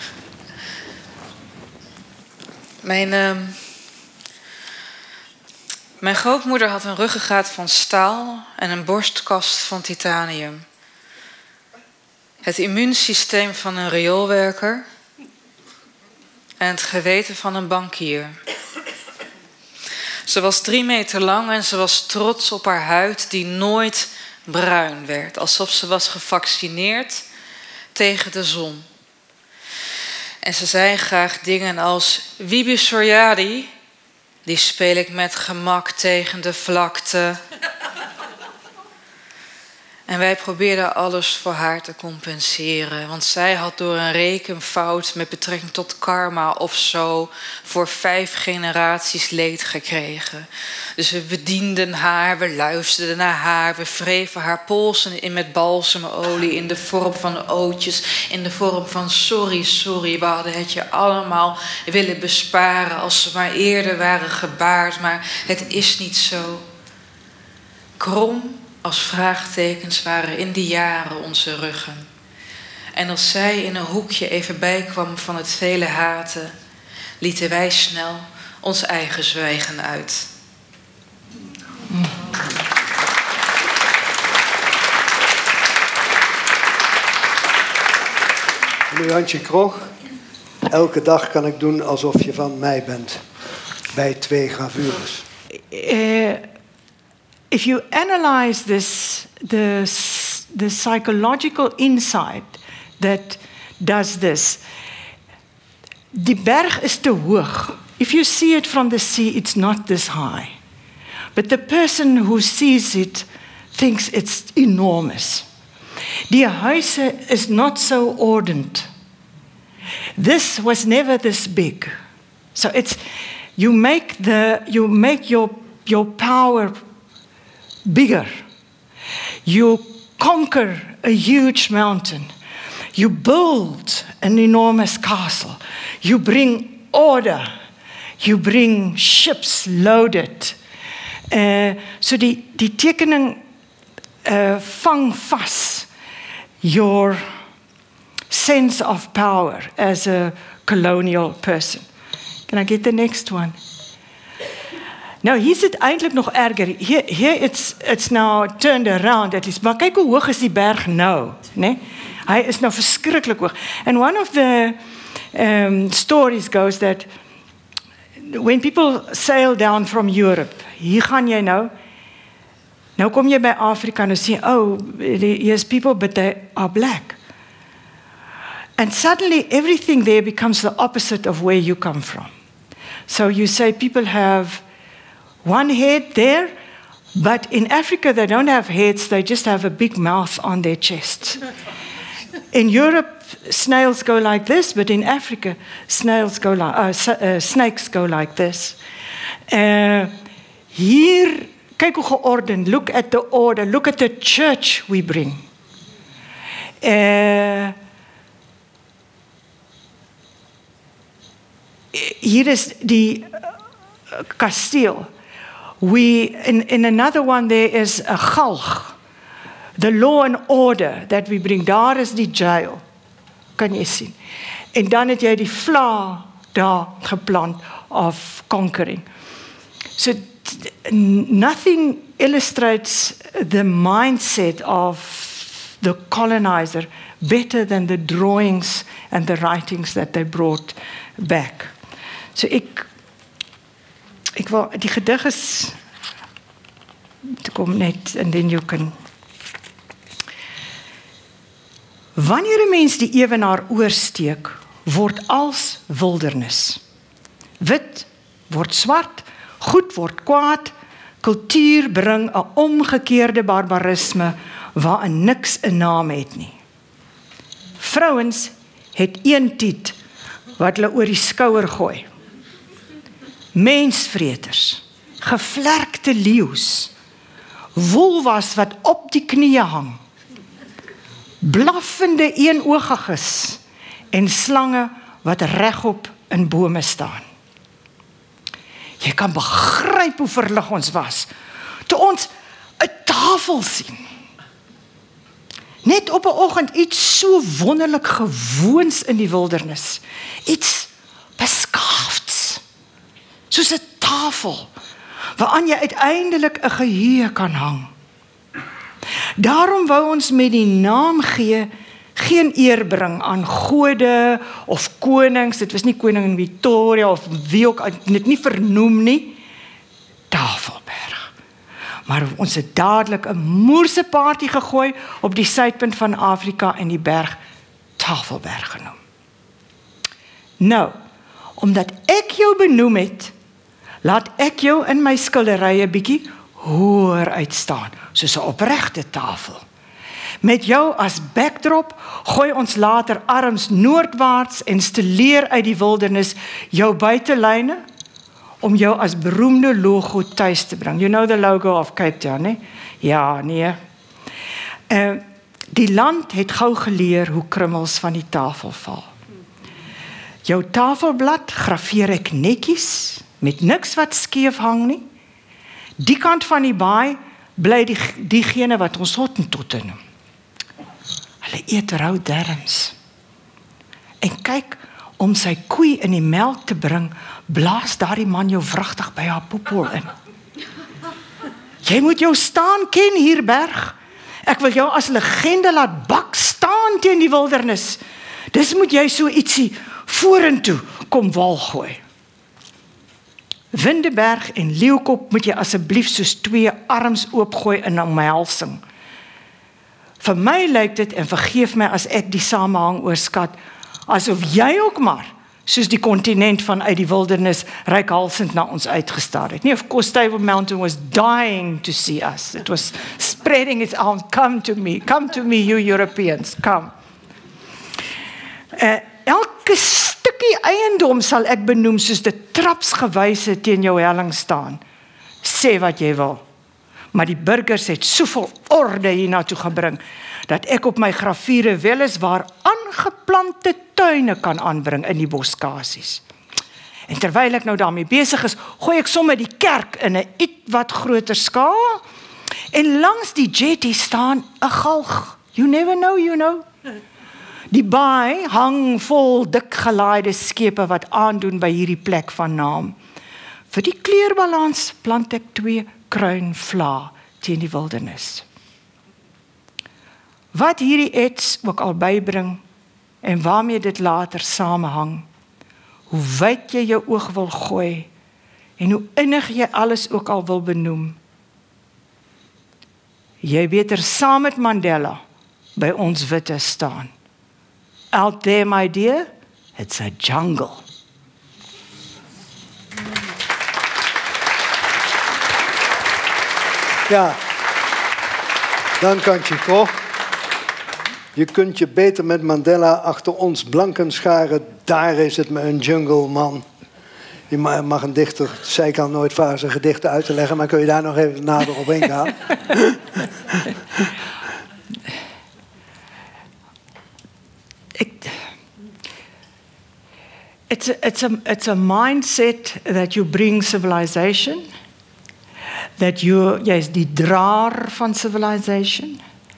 Mijn grootmoeder had een ruggengraat van staal en een borstkast van titanium. Het immuunsysteem van een rioolwerker en het geweten van een bankier. Ze was 3 meter lang en ze was trots op haar huid die nooit bruin werd. Alsof ze was gevaccineerd tegen de zon. En ze zei graag dingen als Wibi Soryadi, die speel ik met gemak tegen de vlakte. En wij probeerden alles voor haar te compenseren. Want zij had door een rekenfout met betrekking tot karma of zo voor 5 generaties leed gekregen. Dus we bedienden haar, we luisterden naar haar, we wreven haar polsen in met balsemolie in de vorm van ootjes, in de vorm van sorry, we hadden het je allemaal willen besparen als ze maar eerder waren gebaard, maar het is niet zo. Krom als vraagtekens waren in die jaren onze ruggen. En als zij in een hoekje even bijkwam van het vele haten, lieten wij snel ons eigen zwijgen uit. Nu Antje Krog. Elke dag kan ik doen alsof je van mij bent. Bij 2 gravures. If you analyze this, the psychological insight that does this, die berg is te hoog. If you see it from the sea, it's not this high. But the person who sees it thinks it's enormous. Die huise is not so ordered. This was never this big. So it's you make your power bigger. You conquer a huge mountain. You build an enormous castle. You bring order. You bring ships loaded. So die tekening vang vas your sense of power as a colonial person. Can I get the next one? Nou, hier zit eintlik nog erger. Here it's now turned around. At least. Maar kyk hoe hoog is die berg nou, né? Hy is nou verskriklik hoog. And one of the stories goes that when people sail down from Europe, hier gaan jy nou kom jy by Afrika en sê, oh, here's people, but they are black. And suddenly everything there becomes the opposite of where you come from. So you say people have one head there, but in Africa they don't have heads, they just have a big mouth on their chest. In Europe, snails go like this, but in Africa, snakes go like this. Hier, kyk hoe georden, look at the order, look at the church we bring. Hier is die kasteel. In another one there is a galg. The law and order that we bring. Daar is die jail. Kan jy sien. En dan het jy die vla daar geplant of conquering. So nothing illustrates the mindset of the colonizer better than the drawings and the writings that they brought back. So ek wil, die gedig is, toe kom net, and then you can. Wanneer 'n mens die ewenaar oorsteek, word als wildernis. Wit word swart, goed word kwaad, kultuur bring 'n omgekeerde barbarisme waarin niks 'n naam het nie. Vrouens het een tiet wat hulle oor die skouer gooi. Mensvreters, gevlerkte leeu's, wolwas wat op die knieë hang, blaffende eenoogiges en slange wat regop in bome staan. Jy kan begryp hoe verlig ons was toe ons 'n tafel sien. Net op 'n oggend iets so wonderlik gewoons in die wildernis, iets beskaafds, soos 'n tafel waaraan jy uiteindelik 'n geheue kan hang. Daarom wou ons met die naam gee geen eer bring aan gode of konings. Dit was nie koningin Victoria of wie ook, dit nie vernoem nie. Tafelberg. Maar ons het dadelik 'n moerse party gegooi op die suidpunt van Afrika en die berg Tafelberg genoem. Nou, omdat ek jou benoem het, laat ek jou in my skilderye bietjie hoër uitstaan, soos 'n opregte tafel. Met jou as backdrop gooi ons later arms noordwaarts en steleer uit die wildernis jou buitelyne om jou as beroemde logo tuis te bring. You know the logo of Cape Town, né? Ja, nee. Die land het gou geleer hoe krummels van die tafel val. Jou tafelblad grafeer ek netjies, met niks wat skeef hang nie. Die kant van die baai bly diegene wat ons hottentotte noem. Hulle eet rou derms. En kyk, om sy koei in die melk te bring, blaas daardie man jou wragtig by haar poepel in. Jy moet jou staan ken hier berg. Ek wil jou as legende laat bak staan teen die wildernis. Dis moet jy so ietsie vorentoe kom wal gooi. Windeberg en Leeukop moet jy asseblief soos 2 arms oopgooi in 'n omhelsing. Vir my lyk dit, en vergeef my as ek die samehang oorskat, asof jy ook maar, soos die kontinent vanuit die wildernis, reikhalsend na ons uitgestaar het. Nee, of course, Table Mountain was dying to see us. It was spreading its arms, come to me, you Europeans, come. Elke stukkie eiendom sal ek benoem soos dit trapsgewyse teen jou helling staan. Sê wat jy wil. Maar die burgers het soveel orde hiernatoe gebring, dat ek op my grafiere weliswaar aangeplante tuine kan aanbring in die boskasies. En terwyl ek nou daarmee besig is, gooi ek sommer die kerk in 'n ietwat groter skaal, en langs die jetty staan 'n galg. You never know, you know. Die baai hang vol dik gelaaide skepe wat aandoen by hierdie plek van naam. Vir die kleurbalans plant ek 2 kruinvla teen die wildernis. Wat hierdie ets ook al bybring en waarmee dit later samehang, hoe wyd jy jou oog wil gooi en hoe innig jy alles ook al wil benoem, jy beter saam met Mandela by ons witte staan. Out there, my dear, it's a jungle. Ja, dank aan Chico. Je kunt je beter met Mandela achter ons blanken scharen. Daar is het me een jungle, man. Je mag een dichter, zei ik al nooit vaak zijn gedichten uit te leggen, maar kun je daar nog even nader op ingaan? It's a mindset that you bring civilization. That jy is die draer van civilization.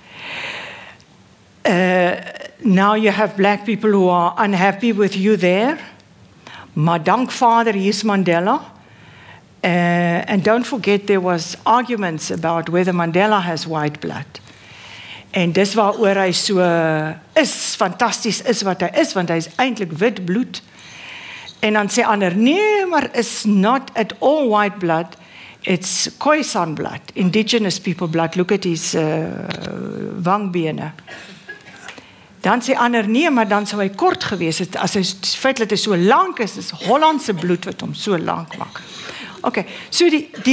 Now you have black people who are unhappy with you there. Maar dank Vader, hier's Mandela. And don't forget there was arguments about whether Mandela has white blood. En dis waaroor hy so fantasties is wat hy is, want hy is eintlik wit bloed. En dan sê ander, nee, maar it's not at all white blood. It's Khoisan blood, indigenous people blood. Look at his wangbene. Dan sê ander, nee, maar dan sou hy kort gewees het. As hy feit dat hy so lank is Hollandse bloed wat hom so lank maak. Okay, so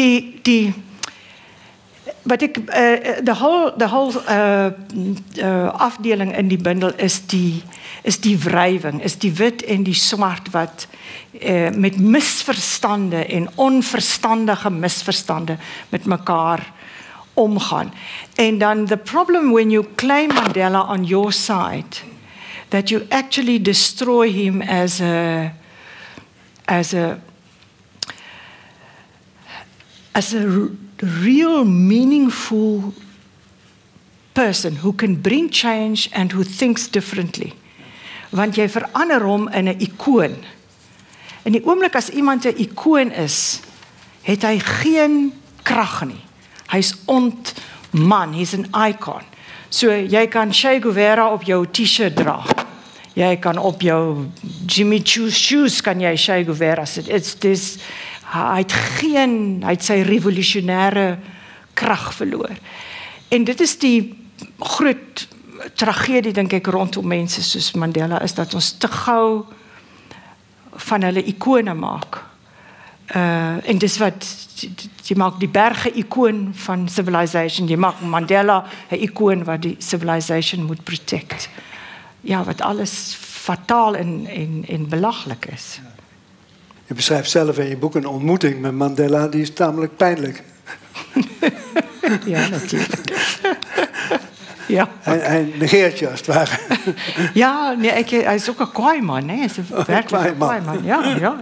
but the whole afdeling in die bundel is die wrywing, is die wit en die swart wat met misverstande en onverstandige misverstande met mekaar omgaan. En dan the problem when you claim Mandela on your side, that you actually destroy him as a real meaningful person who can bring change and who thinks differently. Want jy verander hom in 'n ikoon. In die oomblik as iemand 'n ikoon is, het hy geen krag nie. Hy's ontman, hy's 'n icon. So jy kan Che Guevara op jou T-shirt dra. Jy kan op jou Jimmy Choo's shoes kan jy Che Guevara sit. Hy het sy revolusionêre krag verloor. En dit is die groot tragedie dink ek rondom mense soos Mandela, is dat ons te gou van hulle ikone maak. En dis wat jy maak die berge ikoon van civilization, jy maak Mandela 'n ikoon wat die civilization moet protect. Ja, wat alles fataal en belaglik is. Je beschrijft zelf in je boek een ontmoeting met Mandela, die is tamelijk pijnlijk. Ja, natuurlijk. Ja. Hij negeert je als het ware. Ja, nee, hij is ook een kwaai man. Hij is een werkelijk kwaai man. Ja.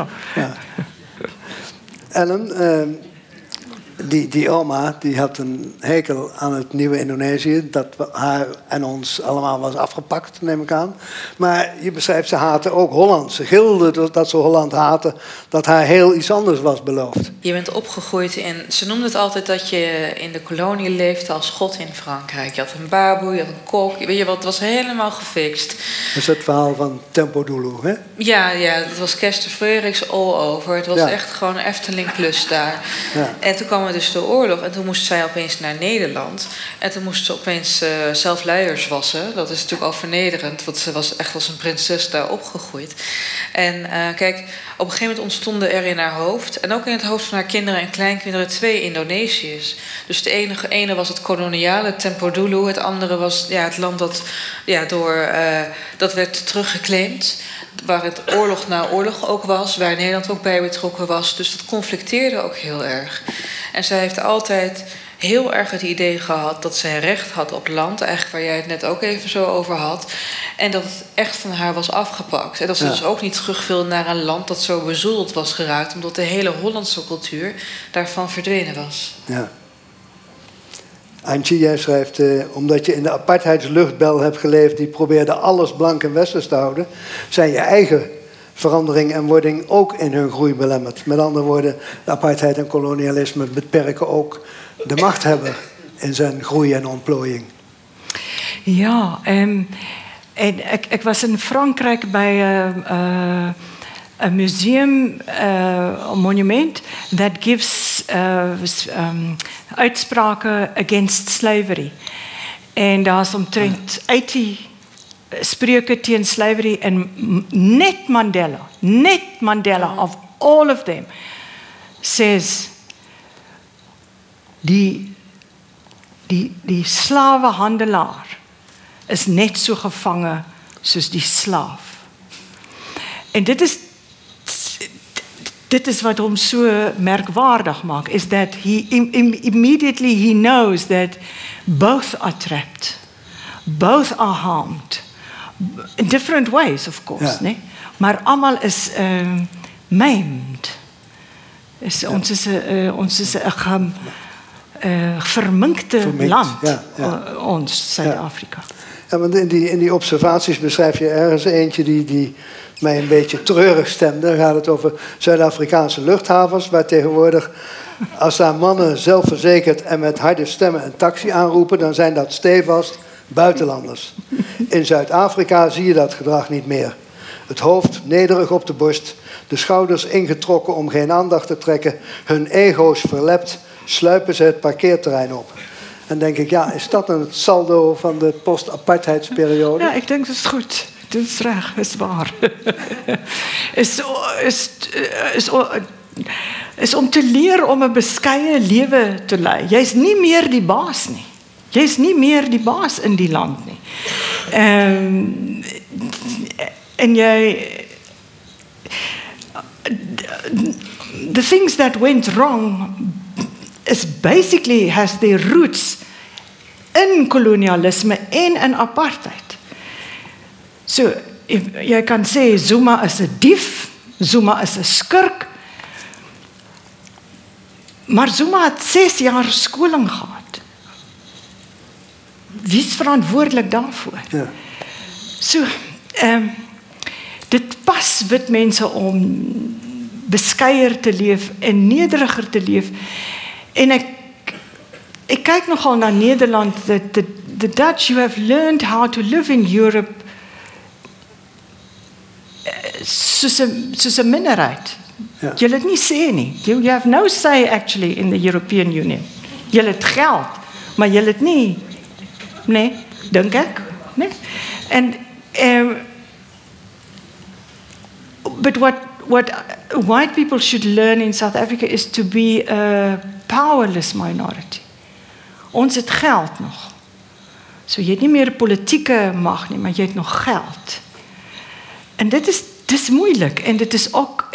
Ellen, die oma die had een hekel aan het nieuwe Indonesië, dat haar en ons allemaal was afgepakt, neem ik aan. Maar je beschrijft, ze haatte ook Holland. Ze gilde dat ze Holland haatte, dat haar heel iets anders was beloofd. Je bent opgegroeid in, ze noemde het altijd dat je in de kolonie leefde als God in Frankrijk. Je had een baboe, je had een kok, weet je wat, het was helemaal gefixt. Dat is het verhaal van Tempo Dulu, hè? Ja, het was Kester Frederiks all over. Het was echt gewoon een Efteling plus daar. Ja. En toen kwam dus de oorlog en toen moest zij opeens naar Nederland. En toen moest ze opeens zelf luiers wassen. Dat is natuurlijk al vernederend, want ze was echt als een prinses daar opgegroeid. En kijk, op een gegeven moment ontstonden er in haar hoofd, en ook in het hoofd van haar kinderen en kleinkinderen, 2 Indonesië's. Dus de ene was het koloniale Tempo Dulu, het andere was het land dat dat werd teruggeclaimd. Waar het oorlog na oorlog ook was, waar Nederland ook bij betrokken was. Dus dat conflicteerde ook heel erg. En zij heeft altijd heel erg het idee gehad dat zij recht had op land, eigenlijk waar jij het net ook even zo over had. En dat het echt van haar was afgepakt. En dat ze dus ook niet terugviel naar een land dat zo bezoedeld was geraakt, omdat de hele Hollandse cultuur daarvan verdwenen was. Ja. Antje, jij schrijft, omdat je in de apartheidsluchtbel hebt geleefd, die probeerde alles blank en westers te houden, zijn je eigen verandering en wording ook in hun groei belemmerd. Met andere woorden, de apartheid en kolonialisme beperken ook de machthebber in zijn groei en ontplooiing. Ja, en ik was in Frankrijk bij een museum, een monument that gives uitspraken against slavery. En daar is omtrent 80 spreuke teen slavery en net Mandela of all of them says die slawehandelaar is net so gevange soos die slaaf. En dit is wat hom so merkwaardig maak, is that he immediately he knows that both are trapped, both are harmed, in different ways, of course, Ja. nee? Maar almal is maimed. Ons is 'n verminkte Verminkt, land, ja. ons, Zuid-Afrika. Ja, want in die observaties beschrijf je ergens eentje die mij een beetje treurig stemde. Dan gaat het over Zuid-Afrikaanse luchthavens, waar tegenwoordig, als daar mannen zelfverzekerd en met harde stemmen een taxi aanroepen, dan zijn dat stevast buitenlanders. In Zuid-Afrika zie je dat gedrag niet meer. Het hoofd nederig op de borst, de schouders ingetrokken om geen aandacht te trekken, hun ego's verlept, sluipen ze het parkeerterrein op. En denk ik, ja, is dat dan het saldo van de post-apartheidsperiode? Ja, ik denk dat is goed. Dit is reg, is waar. is om te leer om 'n beskeie lewe te lei. Jy's nie meer die baas nie. Jy's nie meer die baas in die land nie. En jy the things that went wrong is basically has their roots in kolonialisme en in apartheid. So, jy kan sê Zuma is 'n dief, Zuma is 'n skurk, maar Zuma het 6 jaar skoling gehad. Wie is verantwoordelik daarvoor? Ja. So, dit pas wit mense om beskeier te leef en nederiger te leef. En ek kyk nogal na Nederland, the Dutch, you have learned how to live in Europe soos 'n minderheid. Ja. Jy het nie sê nie. You have no say actually in the European Union. Jy het geld, maar jy het nie, nee, dink ek, nee. En but what white people should learn in South Africa is to be a powerless minority. Ons het geld nog. So jy het nie meer politieke mag nie, maar jy het nog geld. En dit is moeilik en dit is ook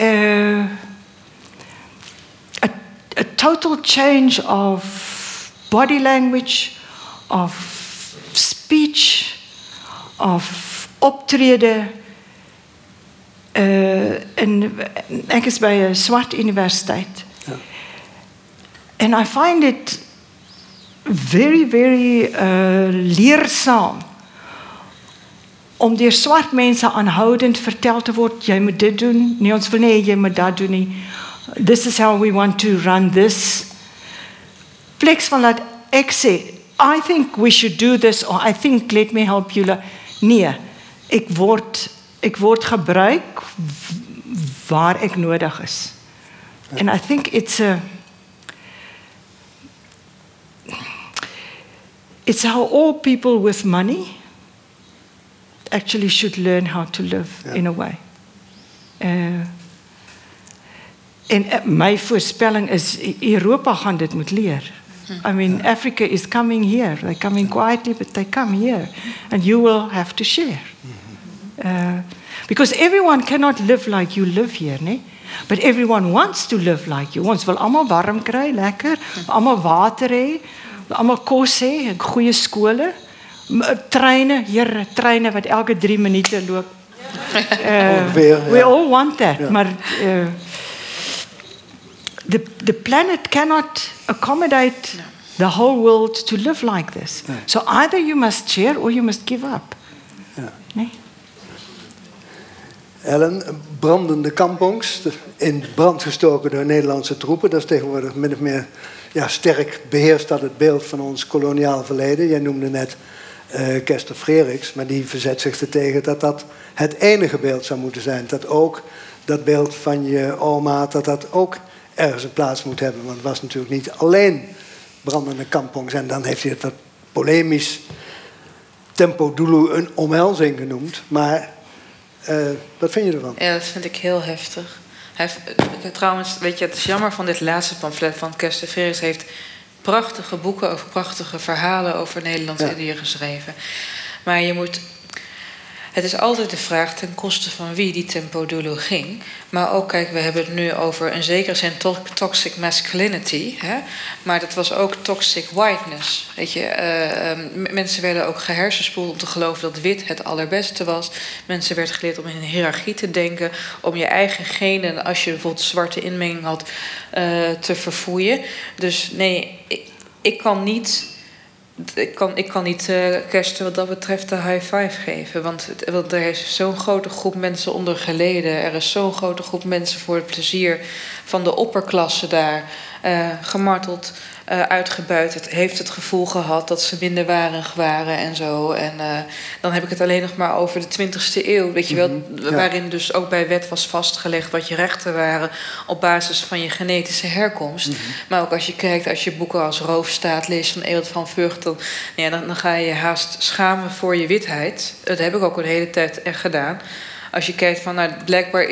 a total change of body language, of speech, of optrede. En ek is by 'n swart universiteit. Ja. And I find it very, very leersaam om deur swart mense aanhoudend vertel te word, jy moet dit doen, nee, ons wil nie jy moet dat doen nie. This is how we want to run this. Pleks van dat ek sê, I think we should do this, or I think let me help you. Nee, ek word gebruik waar ek nodig is. And I think it's how all people with money actually should learn how to live in a way. En my voorspelling is Europa gaan dit moet leer. I mean, Africa is coming here. They're coming quietly, but they come here. And you will have to share. Because everyone cannot live like you live here, nee? But everyone wants to live like you. Ons wil almal warm kry, lekker, almal water hê, almal kos hê, goeie skole, treine, here, treine wat elke 3 minute loop. We all want that, maar the planet cannot accommodate the whole world to live like this. So either you must share or you must give up. Nee? Ellen, brandende kampongs, in brand gestoken door Nederlandse troepen. Dat is tegenwoordig min of meer sterk beheerst dat het beeld van ons koloniaal verleden. Jij noemde net Kester Freeriks, maar die verzet zich ertegen dat dat het enige beeld zou moeten zijn. Dat ook dat beeld van je oma, dat ook ergens een plaats moet hebben. Want het was natuurlijk niet alleen brandende kampongs. En dan heeft hij het wat polemisch Tempo Dulu een omhelzing genoemd. Maar wat vind je ervan? Ja, dat vind ik heel heftig. Trouwens, weet je, het is jammer van dit laatste pamflet van Kester Freeriks. Heeft prachtige boeken over prachtige verhalen over Nederlands-Indië geschreven. Maar het is altijd de vraag ten koste van wie die tempodolo ging. Maar ook, kijk, we hebben het nu over in zekere zin toxic masculinity. Hè? Maar dat was ook toxic whiteness. Weet je, mensen werden ook gehersenspoeld om te geloven dat wit het allerbeste was. Mensen werden geleerd om in een hiërarchie te denken. Om je eigen genen, als je bijvoorbeeld zwarte inmenging had, te verfoeien. Dus nee, ik kan niet... Ik kan niet Kirsten wat dat betreft de high five geven. Want er is zo'n grote groep mensen onder geleden. Er is zo'n grote groep mensen voor het plezier van de opperklasse daar gemarteld, uitgebuit. Heeft het gevoel gehad dat ze minderwaardig waren en zo. En dan heb ik het alleen nog maar over de 20e eeuw. Weet je wel, waarin dus ook bij wet was vastgelegd wat je rechten waren op basis van je genetische herkomst. Maar ook als je kijkt, als je boeken als Roofstaat leest van Ewald van Vught, dan ga je je haast schamen voor je witheid. Dat heb ik ook een hele tijd echt gedaan. Als je kijkt van, blijkbaar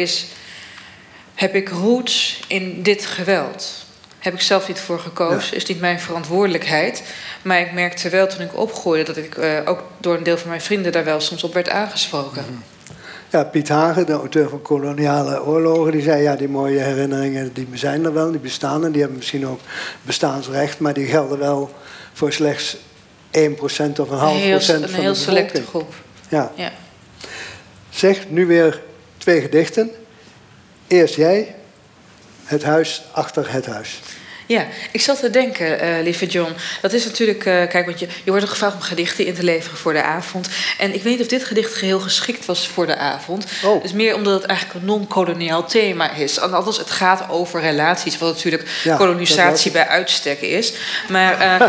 heb ik roots in dit geweld. Heb ik zelf niet voor gekozen, is niet mijn verantwoordelijkheid. Maar ik merkte wel toen ik opgroeide dat ik ook door een deel van mijn vrienden daar wel soms op werd aangesproken. Ja, Piet Hagen, de auteur van Koloniale Oorlogen, die zei, ja, die mooie herinneringen die zijn er wel, die bestaan en die hebben misschien ook bestaansrecht, maar die gelden wel voor slechts 1% of een half procent van de heel selecte groep. Ja. Zeg, nu weer 2 gedichten. Eerst jij, Het huis achter het huis. Ja, ik zat te denken, lieve John. Dat is natuurlijk, kijk, want je wordt ook gevraagd om gedichten in te leveren voor de avond. En ik weet niet of dit gedicht geheel geschikt was voor de avond. Oh. Dus meer omdat het eigenlijk een non-koloniaal thema is. Althans, het gaat over relaties, wat natuurlijk kolonisatie bij uitstek is. Maar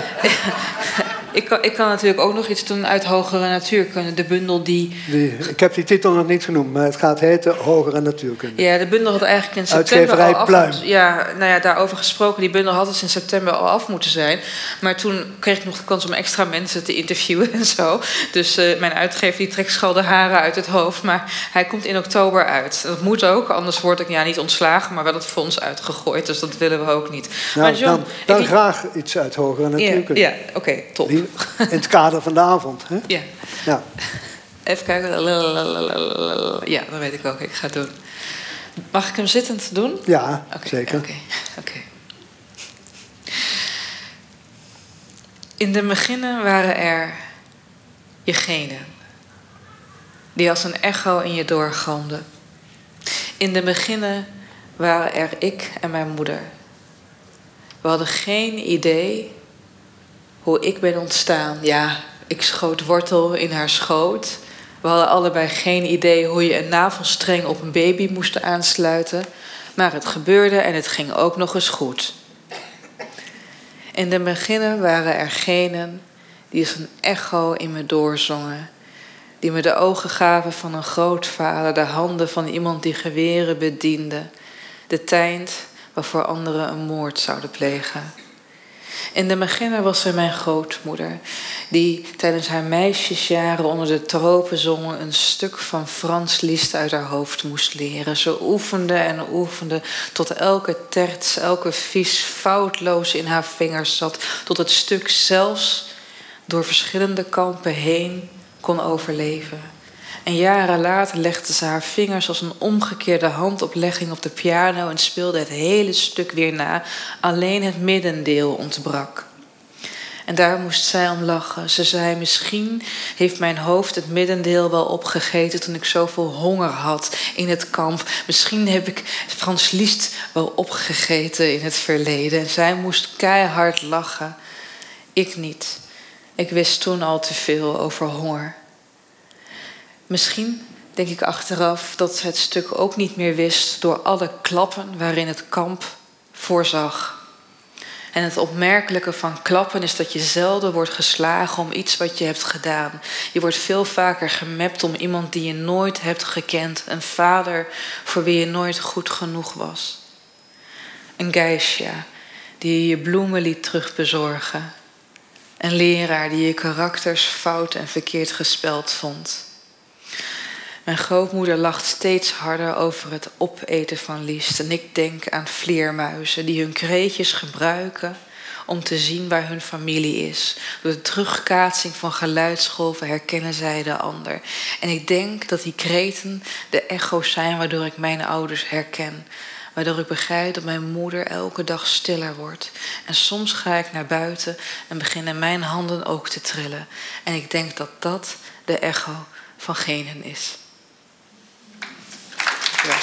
ik kan natuurlijk ook nog iets doen uit Hogere Natuurkunde. De bundel ik heb die titel nog niet genoemd, maar het gaat heten Hogere Natuurkunde. Ja, de bundel had eigenlijk in september Uitgeverij al Pluim. Daarover gesproken. Die bundel had dus in september al af moeten zijn. Maar toen kreeg ik nog de kans om extra mensen te interviewen en zo. Dus mijn uitgever die trekt schal de haren uit het hoofd. Maar hij komt in oktober uit. Dat moet ook, anders word ik niet ontslagen, maar wel het fonds uitgegooid. Dus dat willen we ook niet. Nou, maar John, dan graag iets uit Hogere Natuurkunde. Ja, oké, top. In het kader van de avond. Hè? Ja. Even kijken. Ja, dan weet ik welke ik ga doen. Mag ik hem zittend doen? Ja, zeker. Oké. In de beginnen waren er je genen, die als een echo in je doorgalmden. In de beginnen waren er ik en mijn moeder. We hadden geen idee hoe ik ben ontstaan. Ja, ik schoot wortel in haar schoot. We hadden allebei geen idee hoe je een navelstreng op een baby moest aansluiten. Maar het gebeurde en het ging ook nog eens goed. In de beginnen waren er genen die als een echo in me doorzongen. Die me de ogen gaven van een grootvader, de handen van iemand die geweren bediende. De tijd waarvoor anderen een moord zouden plegen. In de beginnen was er mijn grootmoeder, die tijdens haar meisjesjaren onder de tropenzongen een stuk van Frans Liszt uit haar hoofd moest leren. Ze oefende en oefende tot elke terts, elke vies foutloos in haar vingers zat, tot het stuk zelfs door verschillende kampen heen kon overleven. En jaren later legde ze haar vingers als een omgekeerde handoplegging op de piano en speelde het hele stuk weer na. Alleen het middendeel ontbrak. En daar moest zij om lachen. Ze zei, misschien heeft mijn hoofd het middendeel wel opgegeten toen ik zoveel honger had in het kamp. Misschien heb ik Frans Liszt wel opgegeten in het verleden. En zij moest keihard lachen. Ik niet. Ik wist toen al te veel over honger. Misschien denk ik achteraf dat ze het stuk ook niet meer wist door alle klappen waarin het kamp voorzag. En het opmerkelijke van klappen is dat je zelden wordt geslagen om iets wat je hebt gedaan. Je wordt veel vaker gemapt om iemand die je nooit hebt gekend. Een vader voor wie je nooit goed genoeg was. Een geisha die je bloemen liet terugbezorgen. Een leraar die je karakters fout en verkeerd gespeld vond. Mijn grootmoeder lacht steeds harder over het opeten van Liszt. En ik denk aan vleermuizen die hun kreetjes gebruiken om te zien waar hun familie is. Door de terugkaatsing van geluidsgolven herkennen zij de ander. En ik denk dat die kreten de echo's zijn waardoor ik mijn ouders herken. Waardoor ik begrijp dat mijn moeder elke dag stiller wordt. En soms ga ik naar buiten en beginnen mijn handen ook te trillen. En ik denk dat dat de echo van genen is. Ja.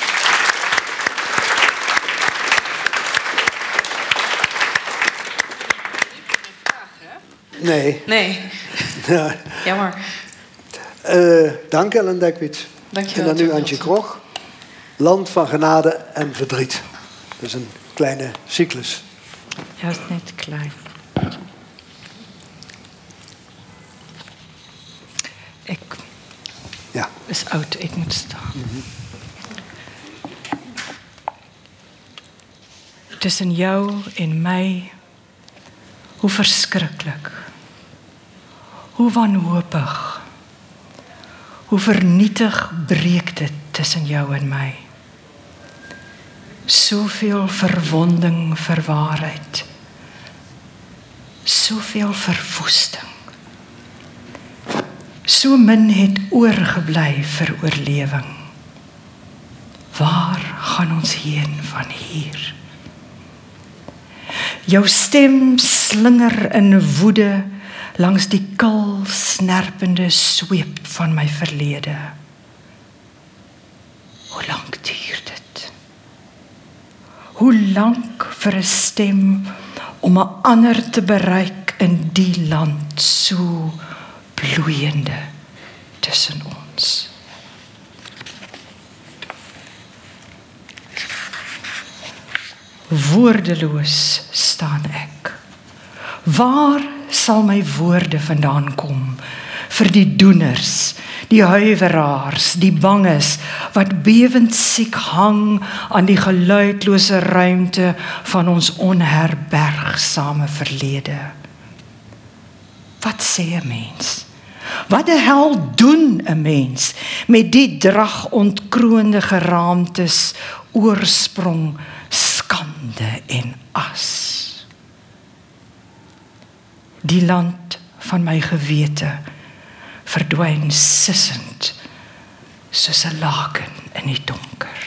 Nee. Nee. Ja. Jammer. Dank Ellen Dekwits. Dank je En wel. dan nu Antje Krog. Land van genade en verdriet. Dat is een kleine cyclus. Ja, is net klein. Ek Ja. is oud, ek moet staan. Tussen jou en my, hoe verskriklik. Hoe wanhoopig. Hoe vernietig breek dit tussen jou en my. Soveel verwonding vir waarheid. Soveel verwoesting. So min het oorgebly vir oorlewing. Waar gaan ons heen van hier? Jou stem slinger in woede langs die kil snerpende sweep van my verlede. Hoe lank duur dit? Hoe lank vir 'n stem om 'n ander te bereik in die land so bloeiende tussen ons? Woordeloos staan ek. Waar sal my woorde vandaan kom vir die doeners, die huiweraars, die banges wat bewend siek hang aan die geluidlose ruimte van ons onherbergsame verlede? Wat sê 'n mens? Wat die hel doen 'n mens met die drag ontkroonde geraamtes, oorsprong, skande en as? Die land van my gewete verdwyn sissend soos 'n laken in die donker.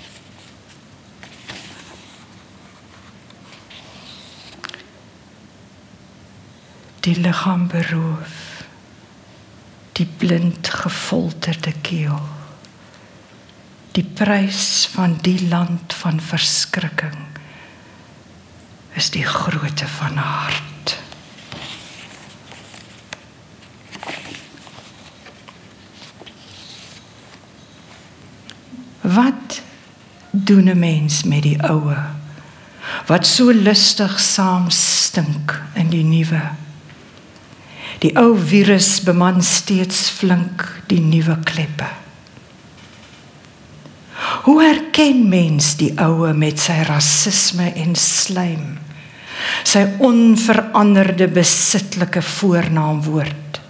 Die liggaam beroof, die blind gefolterde keel, die prys van die land van verskrikking is die grootte van hart. Wat doen 'n mens met die oue, wat so lustig saam stink in die nuwe? Die ou virus beman steeds flink die nuwe kleppe. Hoe herken mens die oue met sy rasisme en slijm, sy onveranderde besitlike voornaamwoord?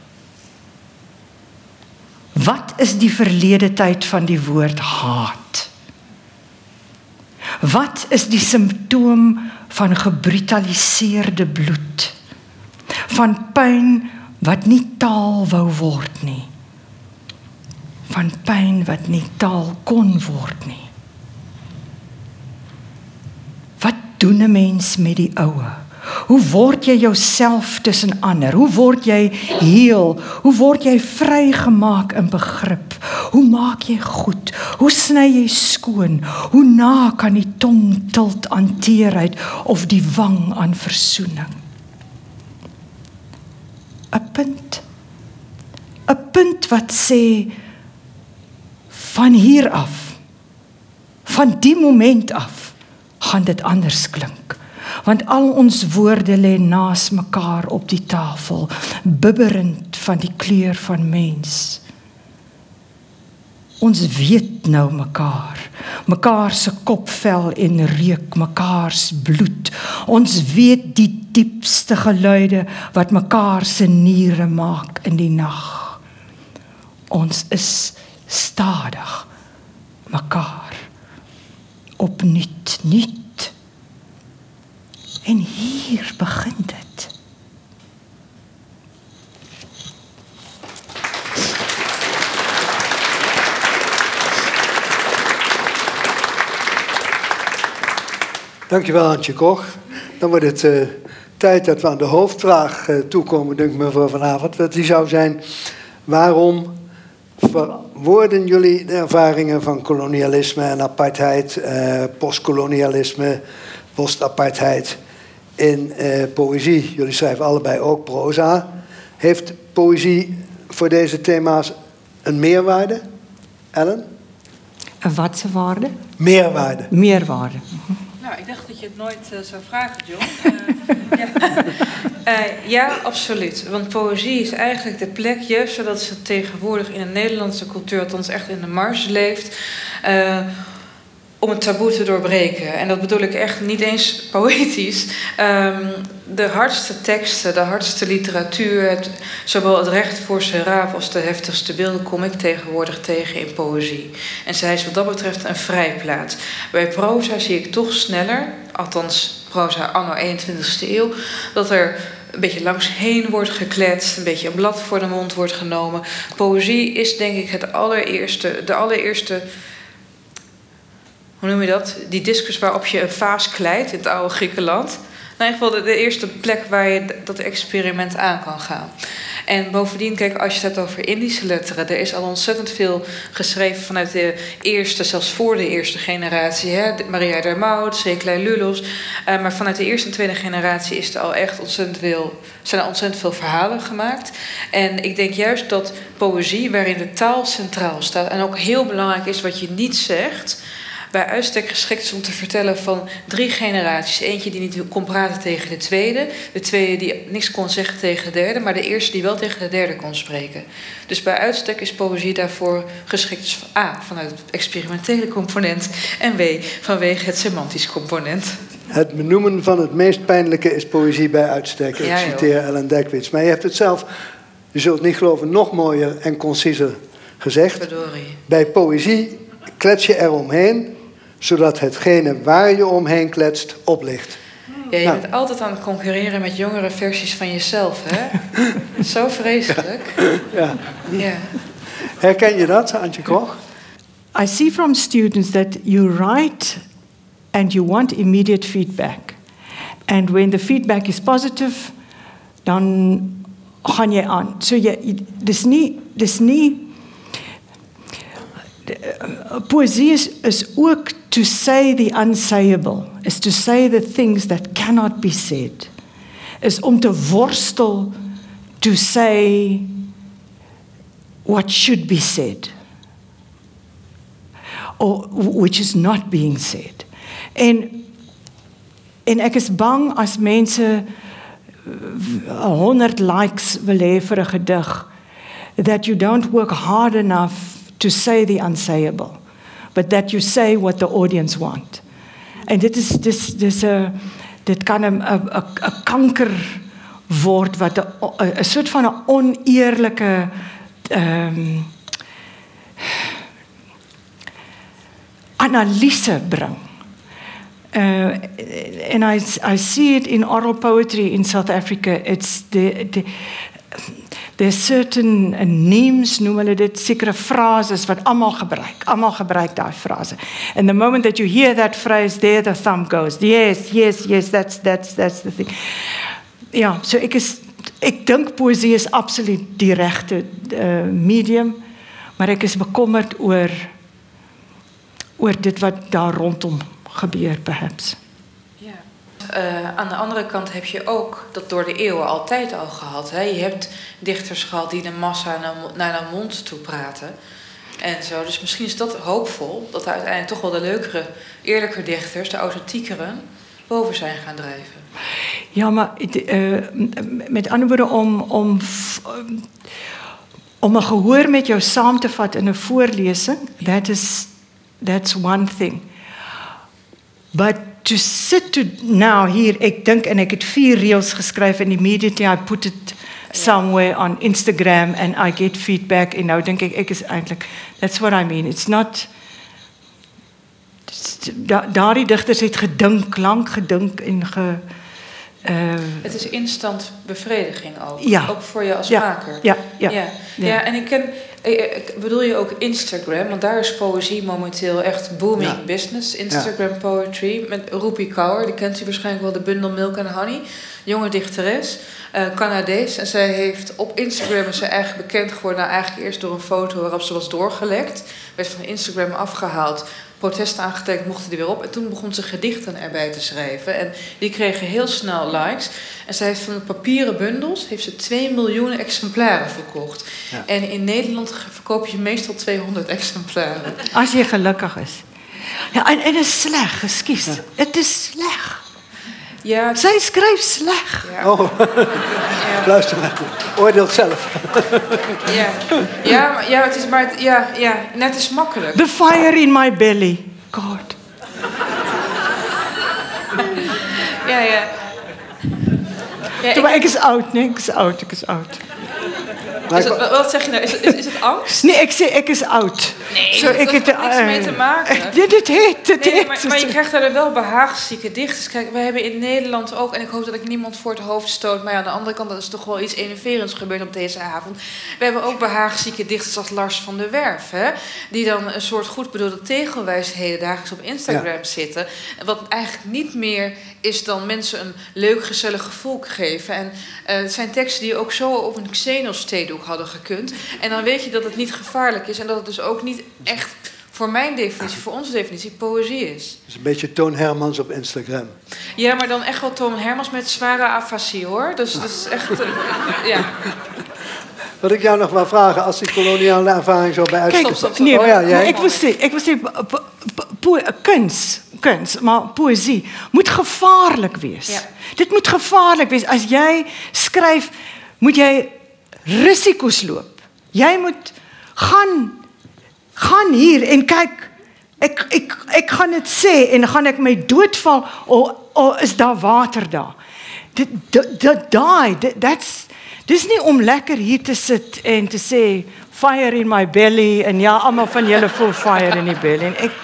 Wat is die verlede tyd van die woord haat? Wat is die simptoom van gebrutaliseerde bloed? Van pyn wat nie taal wou word nie. Van pyn wat nie taal kon word nie. Wat doen 'n mens met die oue? Hoe word jy jouself tussen ander? Hoe word jy heel? Hoe word jy vrygemaak in begrip? Hoe maak jy goed? Hoe sny jy skoon? Hoe na kan die tong tilt aan teerheid of die wang aan versoening? 'n punt wat sê, van hier af, van die moment af, gaan dit anders klink. Want al ons woorde lê naas mekaar op die tafel, bibberend van die kleur van mens. Ons weet nou mekaar se kopvel en reuk, mekaar se bloed. Ons weet die diepste geluide wat mekaar se niere maak in die nag. Ons is stadig mekaar opnuut. En hier begin dit. Dankjewel, Antje Koch. Dan wordt het tijd dat we aan de hoofdvraag toekomen, denk ik me, voor vanavond. Dat die zou zijn: waarom verwoorden jullie de ervaringen van kolonialisme en apartheid, postkolonialisme, postapartheid in poëzie? Jullie schrijven allebei ook proza. Heeft poëzie voor deze thema's een meerwaarde, Ellen? Een wat voor waarde? Meerwaarde. Meerwaarde. Nou, ik dacht dat je het nooit zou vragen, John. Ja, absoluut. Want poëzie is eigenlijk de plek, juist zodat ze tegenwoordig in de Nederlandse cultuur, althans echt in de marge leeft, om het taboe te doorbreken. En dat bedoel ik echt niet eens poëtisch. De hardste teksten, de hardste literatuur, zowel het recht voor zijn raap als de heftigste beelden kom ik tegenwoordig tegen in poëzie. En zij is wat dat betreft een vrijplaats. Bij proza zie ik toch sneller, althans proza anno 21ste eeuw, dat er een beetje langsheen wordt gekletst, een beetje een blad voor de mond wordt genomen. Poëzie is denk ik de allereerste, hoe noem je dat? Die discus waarop je een vaas kleidt in het oude Griekenland. In ieder geval de eerste plek waar je dat experiment aan kan gaan. En bovendien, kijk, als je het hebt over Indische letteren, er is al ontzettend veel geschreven vanuit de eerste, zelfs voor de eerste generatie. Hè? Maria Dermout, Seklei Lulos. Maar vanuit de eerste en tweede generatie is er al echt zijn er ontzettend veel verhalen gemaakt. En ik denk juist dat poëzie, waarin de taal centraal staat, en ook heel belangrijk is wat je niet zegt, bij uitstek geschikt is om te vertellen van 3 generaties. Eentje die niet kon praten tegen de tweede die niks kon zeggen tegen de derde, maar de eerste die wel tegen de derde kon spreken. Dus bij uitstek is poëzie daarvoor geschikt. Dus A, vanuit het experimentele component, en B, vanwege het semantisch component. Het benoemen van het meest pijnlijke is poëzie bij uitstek. Ik citeer Ellen Dekwits. Maar je hebt het zelf, je zult het niet geloven, nog mooier en conciezer gezegd. Verdorie. Bij poëzie klets je eromheen, zodat hetgene waar je omheen kletst oplicht. Ja, je bent altijd aan het concurreren met jongere versies van jezelf, hè? Zo vreselijk. Ja. Ja. Herken je dat, Antje Koch? I see from students that you write and you want immediate feedback. And when the feedback is positive, dan gaan jy aan. So dis nie poëzie is ook to say the unsayable, is to say the things that cannot be said, is om te worstel to say what should be said, or which is not being said. En ek is bang as mense 100 likes wil hê vir 'n gedig, that you don't work hard enough to say the unsayable, but that you say what the audience want. En dit kan 'n kanker word wat 'n soort van 'n oneerlike analise bring. And I see it in oral poetry in South Africa. It's there's certain names, noem hulle dit, sekere frases wat almal gebruik daai frase. And the moment that you hear that phrase, there the thumb goes. Yes, that's the thing. Ja, so ek dink poësie is absoluut die regte medium, maar ek is bekommerd oor dit wat daar rondom gebeur, perhaps. Aan de andere kant heb je ook dat door de eeuwen altijd al gehad. Hè? Je hebt dichters gehad die de massa naar de mond toe praten. En zo. Dus misschien is dat hoopvol, dat er uiteindelijk toch wel de leukere, eerlijker dichters, de authentiekeren, boven zijn gaan drijven. Ja, maar met andere woorden, om 'n gehoor met jou saam te vat in 'n voorlesing, that's one thing. But to sit now here, ek dink, en ek het 4 reels geskryf and immediately I put it somewhere on Instagram and I get feedback, en nou dink ek is eintlik, that's what I mean. It's not, daardie digters het gedink, lank gedink en Het is instant bevrediging ook. Ja. Ook voor je als Ja. maker. Ja. En bedoel je ook Instagram? Want daar is poëzie momenteel echt booming business. Instagram poetry. Met Rupi Kaur, die kent u waarschijnlijk wel, de bundel Milk and Honey. Jonge dichteres, Canadees. En zij heeft op Instagram is ze eigenlijk bekend geworden. Nou, eigenlijk eerst door een foto waarop ze was doorgelekt. Werd van Instagram afgehaald. Protest aangetekend, mochten die weer op. En toen begon ze gedichten erbij te schrijven. En die kregen heel snel likes. En zij heeft van de papieren bundels heeft ze 2 miljoen exemplaren verkocht. Ja. En in Nederland verkoop je meestal 200 exemplaren. Als je gelukkig is. Ja, en het is slecht, excuus. Ja. Het is slecht. Ja, zij schrijft slecht. Ja. Oh, luister maar. Oordeelt zelf. Ja, het is maar... net is makkelijk. The fire in my belly. God. Ja, maar ik is oud, nee, ik is oud. Wat zeg je nou? Is het angst? Nee, ik zeg ik is oud. Nee, dat heeft er niks mee te maken. Dit heet. Maar je krijgt daar wel behaagzieke dichters. Kijk, we hebben in Nederland ook, en ik hoop dat ik niemand voor het hoofd stoot, maar aan de andere kant, dat is toch wel iets enerverends gebeurd op deze avond. We hebben ook behaagzieke dichters als Lars van der Werf, hè, die dan een soort goed bedoelde tegelwijsheden dagelijks op Instagram zitten. Wat eigenlijk niet meer is dan mensen een leuk, gezellig gevoel geven. En het zijn teksten die ook zo op een Xenos-theedoek hadden gekund. En dan weet je dat het niet gevaarlijk is en dat het dus ook niet echt, voor mijn definitie, voor onze definitie, poëzie is. Het is een beetje Toon Hermans op Instagram. Ja, maar dan echt wel Toon Hermans met zware afasie, hoor. Dus dat is echt... ja. Wat ik jou nog wil vragen, als die koloniale ervaring zo bij uitstap... Kijk, ik wil zeggen, kunst, maar poëzie moet gevaarlijk wees. Ja. Dit moet gevaarlijk wees. Als jij schrijft, moet jij risico's lopen. Jij moet gaan hier en kyk, ek gaan dit sê en dan gaan ek my doodval of is daar water daar. Dis nie om lekker hier te sit en te sê fire in my belly en ja, almal van julle voel fire in die belly en ek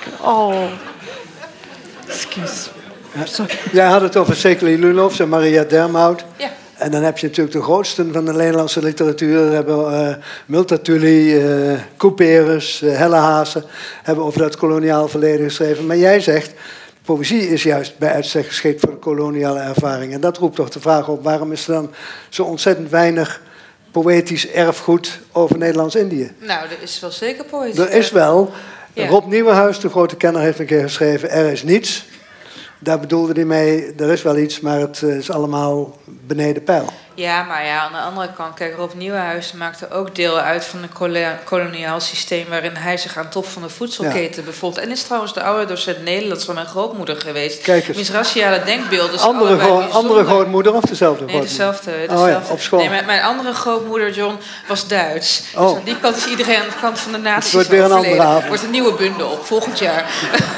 excuse. Jij had het over Sekeli Lulof en Maria Dermout. Ja. En dan heb je natuurlijk de grootsten van de Nederlandse literatuur. Hebben Multatuli, Couperus, Helle Haase hebben over dat koloniaal verleden geschreven. Maar jij zegt, poëzie is juist bij uitstek geschikt voor de koloniale ervaring. En dat roept toch de vraag op, waarom is er dan zo ontzettend weinig poëtisch erfgoed over Nederlands-Indië? Nou, er is wel zeker poëzie. Er is wel. Ja. Rob Nieuwenhuis, de grote kenner, heeft een keer geschreven, er is niets. Daar bedoelde hij mee, er is wel iets, maar het is allemaal beneden peil. Ja, maar ja, aan de andere kant, kijk, Rob Nieuwenhuis maakte ook deel uit van een koloniaal systeem waarin hij zich aan top van de voedselketen bevond. En is trouwens de oude docent Nederlands van mijn grootmoeder geweest. Kijk eens. Misraciale denkbeelden. Andere grootmoeder of dezelfde grootmoeder? Nee, dezelfde. Oh ja, op school. Nee, mijn andere grootmoeder, John, was Duits. Dus aan die kant is iedereen aan de kant van de nazi's. Het wordt weer een andere avond. Wordt een nieuwe bundel, volgend jaar.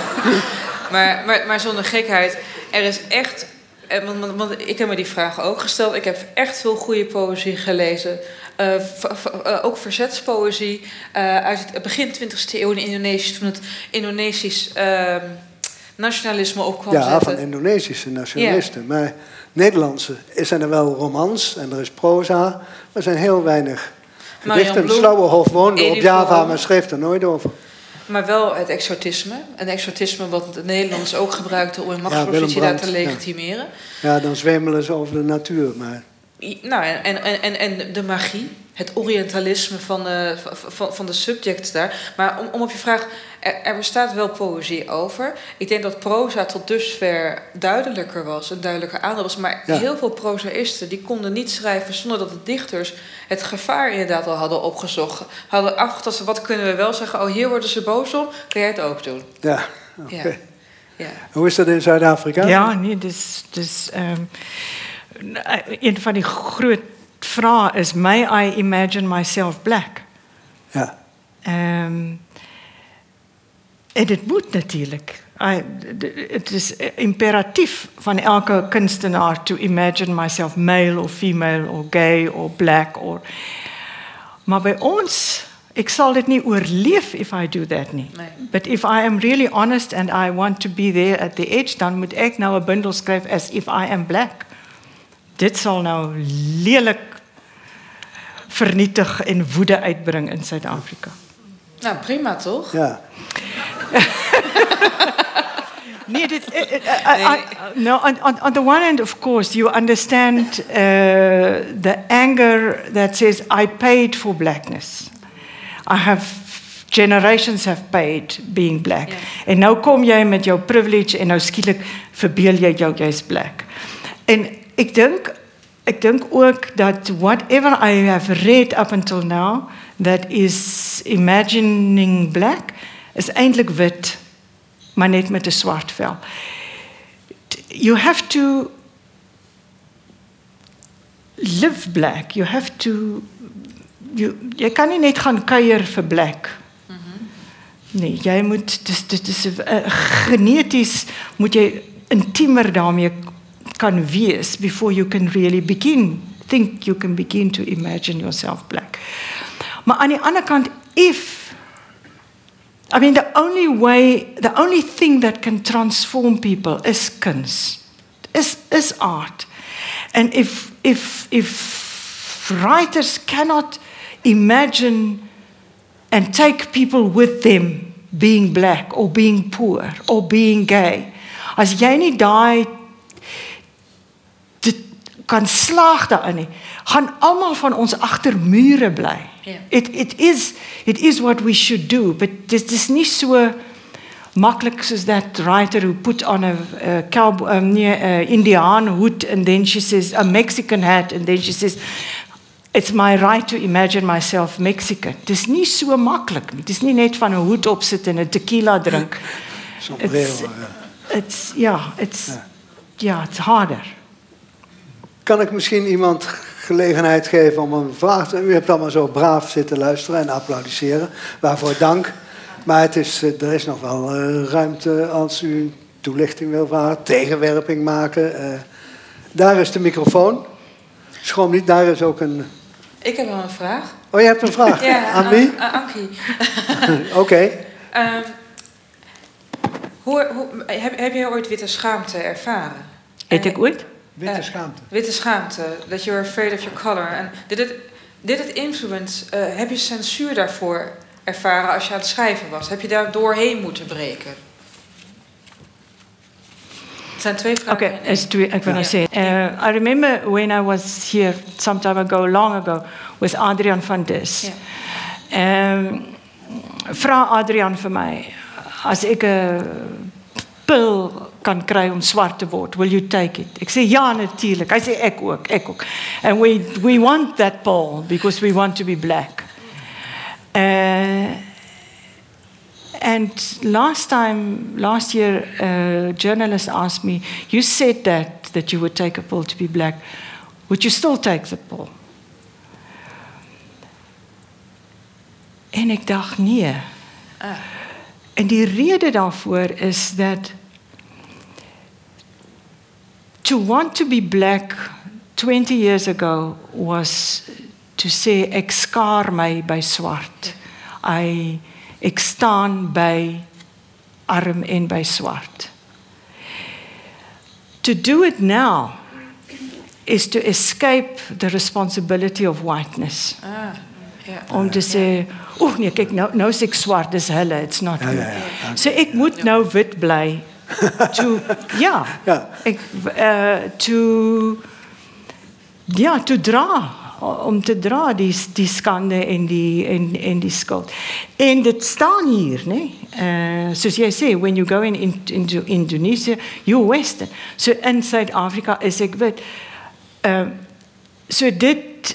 Maar zonder gekheid, er is echt... Want ik heb me die vragen ook gesteld. Ik heb echt veel goede poëzie gelezen. Ook verzetspoëzie uit het begin 20e eeuw in Indonesië, toen het Indonesisch nationalisme opkwam zetten. Ja, van Indonesische nationalisten. Ja. Maar Nederlandse zijn er wel romans en er is proza. Maar er zijn heel weinig gedichten. Slauwerhof woonde op Java, maar schreef er nooit over. Maar wel het exotisme. Een exotisme wat de Nederlanders ook gebruikten om hun machtspositie daar te legitimeren. Ja, dan zwemelen ze over de natuur. Maar... Nou, en de magie. Het orientalisme van de subjects daar. Maar om op je vraag... Er bestaat wel poëzie over. Ik denk dat proza tot dusver duidelijker was. Een duidelijker aandeel was. Maar heel veel prozaïsten die konden niet schrijven zonder dat de dichters het gevaar inderdaad al hadden opgezocht. Hadden afgetast, wat kunnen we wel zeggen? Oh, hier worden ze boos om. Kun jij het ook doen? Ja, oké. Ja. Hoe is dat in Zuid-Afrika? Ja, nee, dus een van die groot vrae is, may I imagine myself black? Ja. En dit moet natuurlijk. Het is imperatief van elke kunstenaar to imagine myself male or female or gay or black. Maar bij ons, ik zal dit niet oorleef if I do that nie. Nee. But if I am really honest and I want to be there at the edge, dan moet ek nou 'n bundel skryf as if I am black. dit sal nou lelik vernietig en woede uitbring in Suid-Afrika. Nou, prima toch? Ja. Nee, no, on the one hand, of course, you understand the anger that says, I paid for blackness. Generations have paid being black. Yeah. En nou kom jy met jou privilege en nou skielik verbeel jy jy's black. En ek dink ook dat whatever I have read up until now that is imagining black is eintlik wit, maar net met 'n swart vel. You have to live black. You have to jy kan nie net gaan kuier vir black. Nee, jy moet dis geneties moet jy intiemer daarmee kan wees before you can really think you can begin to imagine yourself black. Maar aan die ander kant, the only thing that can transform people is kuns, is art. And if writers cannot imagine and take people with them being black or being poor or being gay, as jy nie daai kan slaag daarin nie, gaan almal van ons agter mure bly. Yeah. It is what we should do, but dit is nie so maklik soos that writer who put on a Indian hood and then she says a Mexican hat and then she says it's my right to imagine myself Mexican. Dis nie so maklik nie. Dis nie net van 'n hoed opsit en 'n tequila drink. It's harder. Kan ik misschien iemand gelegenheid geven om een vraag te... U hebt allemaal zo braaf zitten luisteren en applaudisseren. Waarvoor dank. Maar er is nog wel ruimte als u een toelichting wil vragen. Tegenwerping maken. Daar is de microfoon. Schroom niet, daar is ook een... Ik heb wel een vraag. Oh, je hebt een vraag? Ja, aan wie? Aan Ankie. Oké. Heb jij ooit witte schaamte ervaren? Heb ik ooit? Witte schaamte. Witte schaamte, that you're afraid of your color. En did it influence, heb je censuur daarvoor ervaren als je aan het schrijven was? Heb je daar doorheen moeten breken? Het zijn twee vragen. Okay, it's two. I'm going to say. I remember when I was here some time ago, long ago, with Adrian van Dis. Vra Adrian vir my, as ek 'n pil kan kry om swart te word, will you take it? Ek sê ja, natuurlik. Hy sê ek ook. And we want that pill because we want to be black. And last year, a journalist asked me, you said that you would take a pill to be black. Would you still take the pill? En ek dacht, nee. En die rede daarvoor is that to want to be black 20 years ago was to say, ek skaar my by swart. Ek staan by arm en by swart. To do it now is to escape the responsibility of whiteness. Om te sê, nee, kyk, nou is ek swart, dis hulle, it's not me. So ek moet nou wit bly. Om te dra die skande en die skuld. En dit staan hier, né? Soos jy sê, when you go into Indonesia, you're Western. So in Suid-Afrika is ek wit. So dit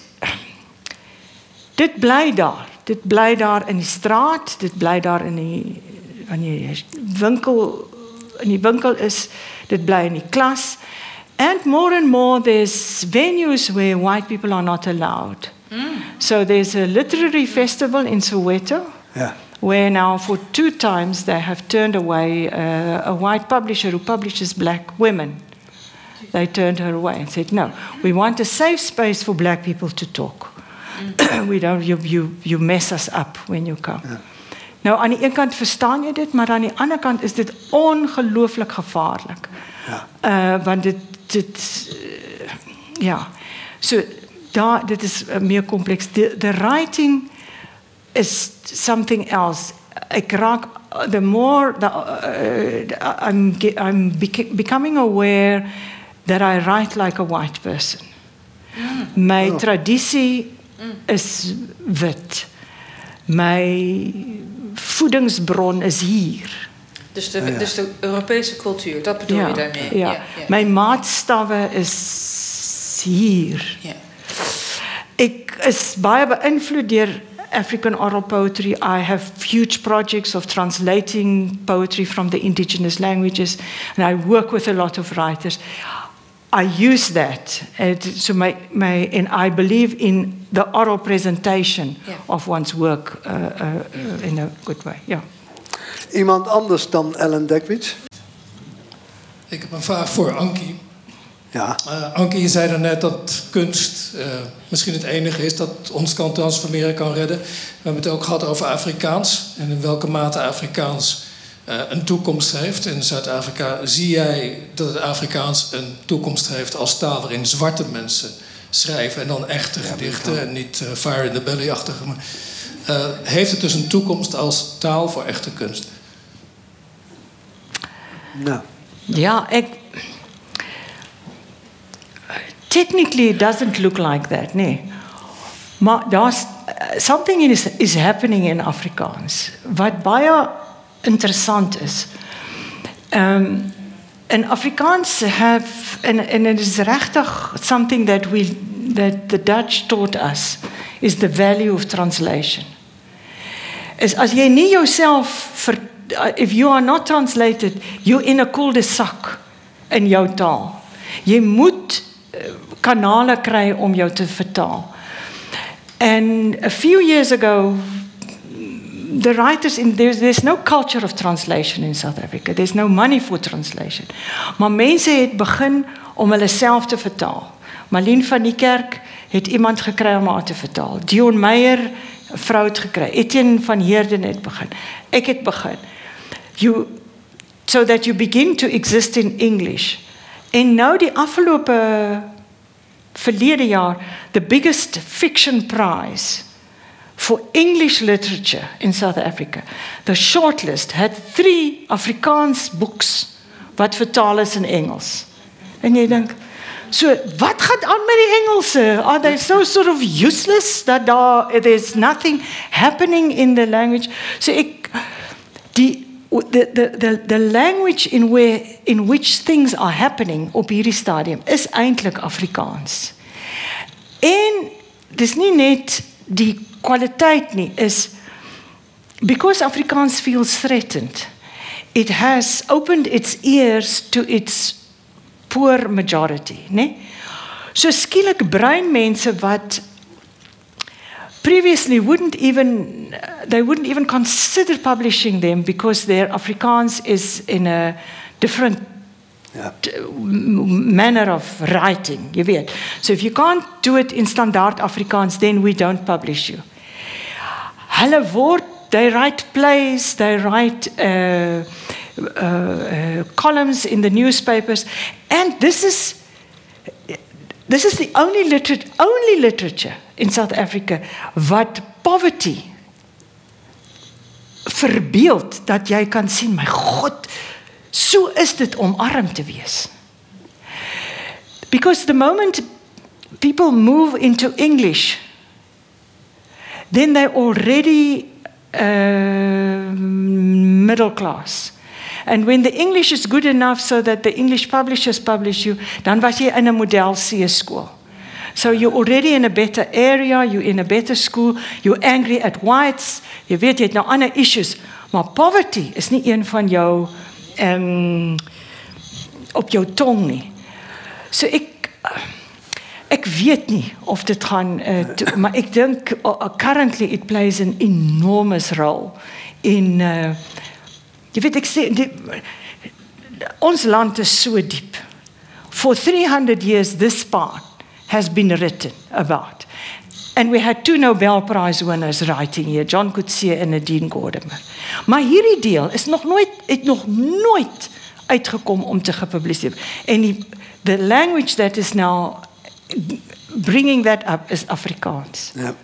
bly daar. Dit bly daar in die straat, dit bly daar in die winkel. In die winkel is, dit bly in die klas. And more, there's venues where white people are not allowed. So there's a literary festival in Soweto, where now for 2 times they have turned away a white publisher who publishes black women. They turned her away and said, no, we want a safe space for black people to talk. We don't, you mess us up when you come. Nou, aan die een kant verstaan jy dit, maar aan die ander kant is dit ongelooflik gevaarlik. Want ja. So dit is meer complex. The writing is something else. Ek raak the more I'm becoming aware that I write like a white person. My tradisie is wit. My voedingsbron is hier. Dus de Europese cultuur, dat bedoel je daarmee? Ja. My maatstawwe is hier. Ja. Ek is baie beïnvloed deur African oral poetry. I have huge projects of translating poetry from the indigenous languages, and I work with a lot of writers. I use that, and I believe in the oral presentation of one's work in a good way. Yeah. Iemand anders dan Ellen Dekwits? Ik heb een vraag voor Ankie. Ja. Ankie, je zei daarnet dat kunst misschien het enige is dat ons kan transformeren, kan redden. We hebben het ook gehad over Afrikaans en in welke mate Afrikaans een toekomst heeft. In Zuid-Afrika zie jij dat het Afrikaans een toekomst heeft als taal waarin zwarte mensen schrijven en dan echte gedichten en niet fire in the belly-achtige. Heeft het dus een toekomst als taal voor echte kunst? Nou. Ja, technically it doesn't look like that, nee. Maar daar's something is happening in Afrikaans wat baie interessant is. And Afrikaans have, and it is regtig something that the Dutch taught us, is the value of translation. As jy nie jouself if you are not translated, you're in a cul-de-sac in jou taal. Jy moet kanale kry om jou te vertaal. And a few years ago, the writers there's no culture of translation in South Africa. There's no money for translation. Maar mense het begin om hulle self te vertaal. Marlene van die Kerk het iemand gekry om haar te vertaal. Dion Meyer, 'n vrou het gekry. Etienne van Heerden het begin. Ek het begin. So that you begin to exist in English. En nou die afgelope verlede jaar, the biggest fiction prize for English literature in South Africa. The shortlist had 3 Afrikaans books wat vertaal is in Engels. En jy dink, so wat gaan aan met die Engelse? Are they so sort of useless that there's nothing happening in the language? So the language in which things are happening op hierdie stadium is eintlik Afrikaans. En dis nie net die kwaliteit nie, is because Afrikaans feels threatened, it has opened its ears to its poor majority, né? So skielik bruin mense wat previously wouldn't even consider publishing them because their Afrikaans is in a different manner of writing, jy weet. So if you can't do it in standaard Afrikaans, then we don't publish you. They write plays, they write columns in the newspapers, and this is the only literature in South Africa wat poverty verbeeld dat jy kan sien, my God, so is dit om arm te wees. Because the moment people move into English, then they're already middle class. And when the English is good enough so that the English publishers publish you, dan was jy in 'n model C skool. So you're already in a better area, you're in a better school, you're angry at whites, jy weet jy het nou ander issues, maar poverty is nie een van jou op jou tong nie. So ek weet nie of dit gaan, maar ek dink currently it plays an enormous role in, jy weet ek sê, ons land is so diep. For 300 years this part has been written about. And we had 2 Nobel Prize winners writing here, John Coetzee en Nadine Gordimer. Maar hierdie deel is nog nooit uitgekom om te gepubliseer. En the language that is now bringing that up is Afrikaans. Ja.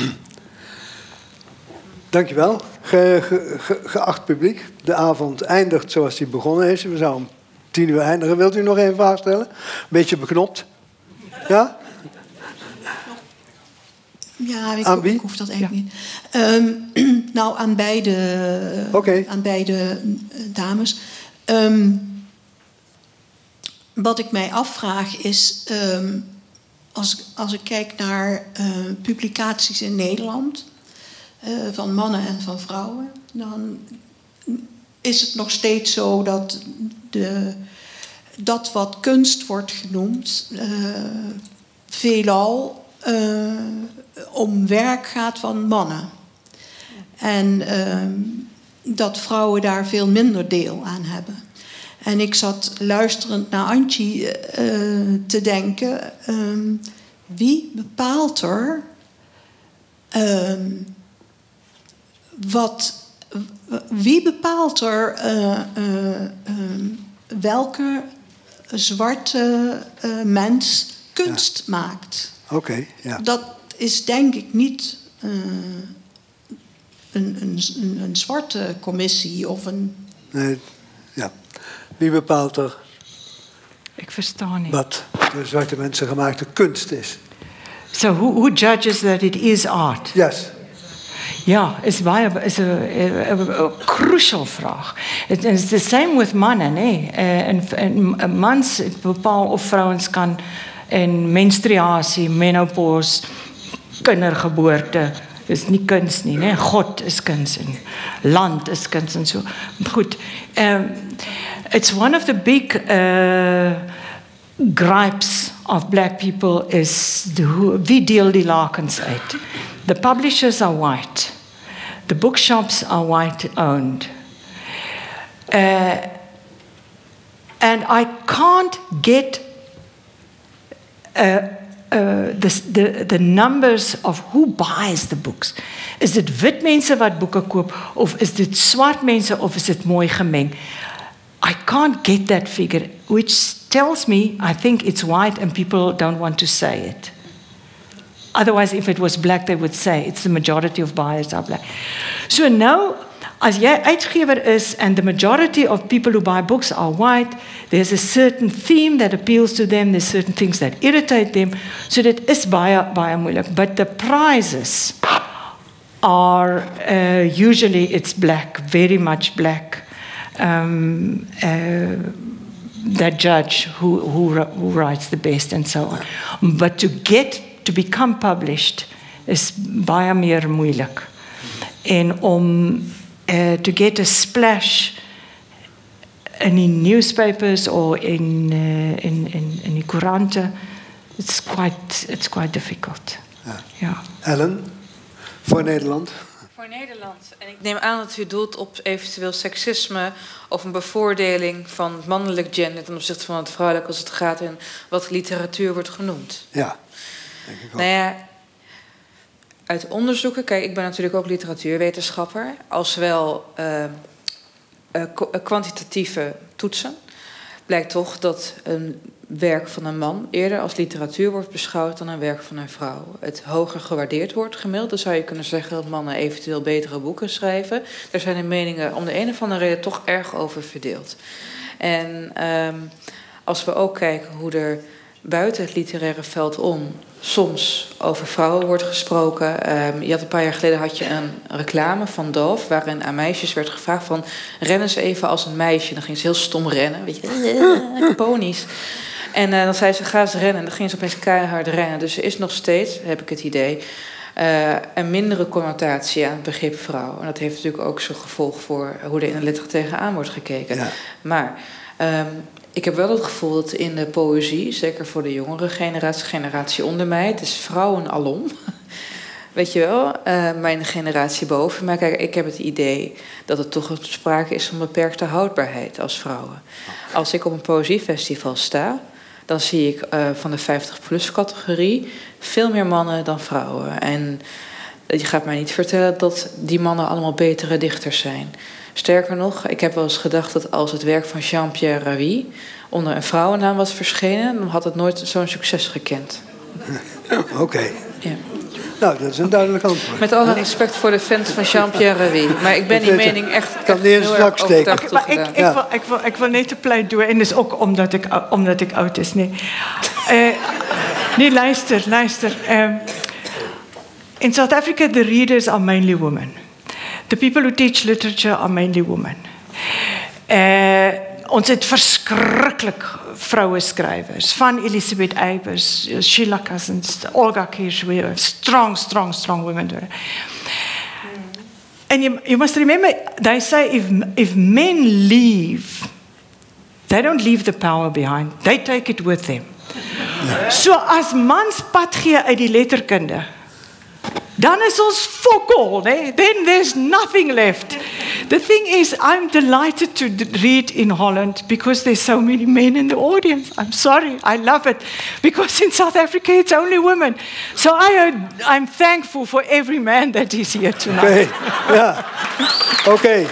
Dankjewel, geacht publiek. De avond eindigt zoals die begonnen is. We zouden om 10:00 eindigen. Wilt u nog één vraag stellen? Een beetje beknopt. Ja? Ja, ik hoef dat eigenlijk niet. Nou, aan beide dames. Wat ik mij afvraag is... Als ik kijk naar publicaties in Nederland... van mannen en van vrouwen... dan is het nog steeds zo dat wat kunst wordt genoemd... veelal om werk gaat van mannen. En dat vrouwen daar veel minder deel aan hebben. En ik zat luisterend naar Antje te denken... wie bepaalt er... wie bepaalt er welke zwarte mens kunst maakt? Oké, ja. Dat is denk ik niet een zwarte commissie of een... Nee, ja. Wie bepaalt er Ik verstaan niet. wat de zwarte mensen gemaakte kunst is? So who judges that it is art? Yes. Ja, is een crucial vraag. It's the same with mannen, nee. En mans bepaal of vrouwens kan in menstruasie, menopause, kindergeboorte, is nie kuns nie, nee. God is kuns en land is kuns en so. Goed. It's one of the big gripes of black people is wie deel die lakens uit. The publishers are white. The bookshops are white owned. And I can't get the numbers of who buys the books. Is dit wit mense wat boeke koop of is dit swart mense of is dit mooi gemeng? I can't get that figure, which tells me I think it's white and people don't want to say it. Otherwise, if it was black, they would say it's the majority of buyers are black. So now, as jy uitgewer is and the majority of people who buy books are white, there's a certain theme that appeals to them, there's certain things that irritate them, so that is baie moeilik. But the prizes are usually it's black, very much black. That judge who writes the best and so on. But to become published is baie meer moeilik. En om to get a splash in die newspapers or in die koerante, it's quite difficult. Ja. Ja. Ellen, voor Nederland? Voor Nederland. En ik neem aan dat u doelt op eventueel seksisme of een bevoordeling van het mannelijk gender ten opzichte van het vrouwelijk als het gaat in wat literatuur wordt genoemd. Ja, denk ik ook. Nou ja, uit onderzoeken, kijk, ik ben natuurlijk ook literatuurwetenschapper, als wel kwantitatieve toetsen, blijkt toch dat een werk van een man eerder als literatuur wordt beschouwd dan een werk van een vrouw. Het hoger gewaardeerd wordt gemiddeld. Dan zou je kunnen zeggen dat mannen eventueel betere boeken schrijven. Daar zijn de meningen om de een of andere reden toch erg over verdeeld. En als we ook kijken hoe er buiten het literaire veld om soms over vrouwen wordt gesproken. Je had een paar jaar geleden had je een reclame van Dove waarin aan meisjes werd gevraagd van rennen ze even als een meisje. Dan ging ze heel stom rennen, weet je, ponies. En dan zei ze ga eens rennen en dan ging ze opeens keihard rennen. Dus er is nog steeds, heb ik het idee, een mindere connotatie aan het begrip vrouw. En dat heeft natuurlijk ook zijn gevolg voor hoe er in de literatuur tegenaan wordt gekeken. Ja. Maar ik heb wel het gevoel dat in de poëzie, zeker voor de jongere generatie onder mij, het is vrouwen alom. Weet je wel, mijn generatie boven mij. Kijk, ik heb het idee dat het toch sprake is van beperkte houdbaarheid als vrouwen. Als ik op een poëziefestival sta, dan zie ik van de 50-plus categorie veel meer mannen dan vrouwen. En je gaat mij niet vertellen dat die mannen allemaal betere dichters zijn. Sterker nog, ik heb wel eens gedacht dat als het werk van Jean-Pierre Rabhi onder een vrouwennaam was verschenen, dan had het nooit zo'n succes gekend. Oké. Ja. Nou, dat is een duidelijk antwoord. Met alle respect voor de fans van Jean-Pierre Rémy. Maar ik ben die mening echt kan niet in zijn zak steken. overtuigd. Maar ik wil net een pleidooi, en dat is ook omdat ik oud is. Nee, nee luister. In South Africa, the readers are mainly women. The people who teach literature are mainly women. Ons het verskriklik vroue skrywers, van Elizabeth Eybers, Sheila Cousins, Olga Kirchwehr, strong women there. And you must remember, they say if men leave, they don't leave the power behind, they take it with them. So as mans pad gee uit die letterkunde, dan is ons fokol, né? Then there's nothing left. The thing is, I'm delighted to read in Holland because there's so many men in the audience. I'm sorry, I love it. Because in South Africa, it's only women. So I'm thankful for every man that is here tonight. Oké.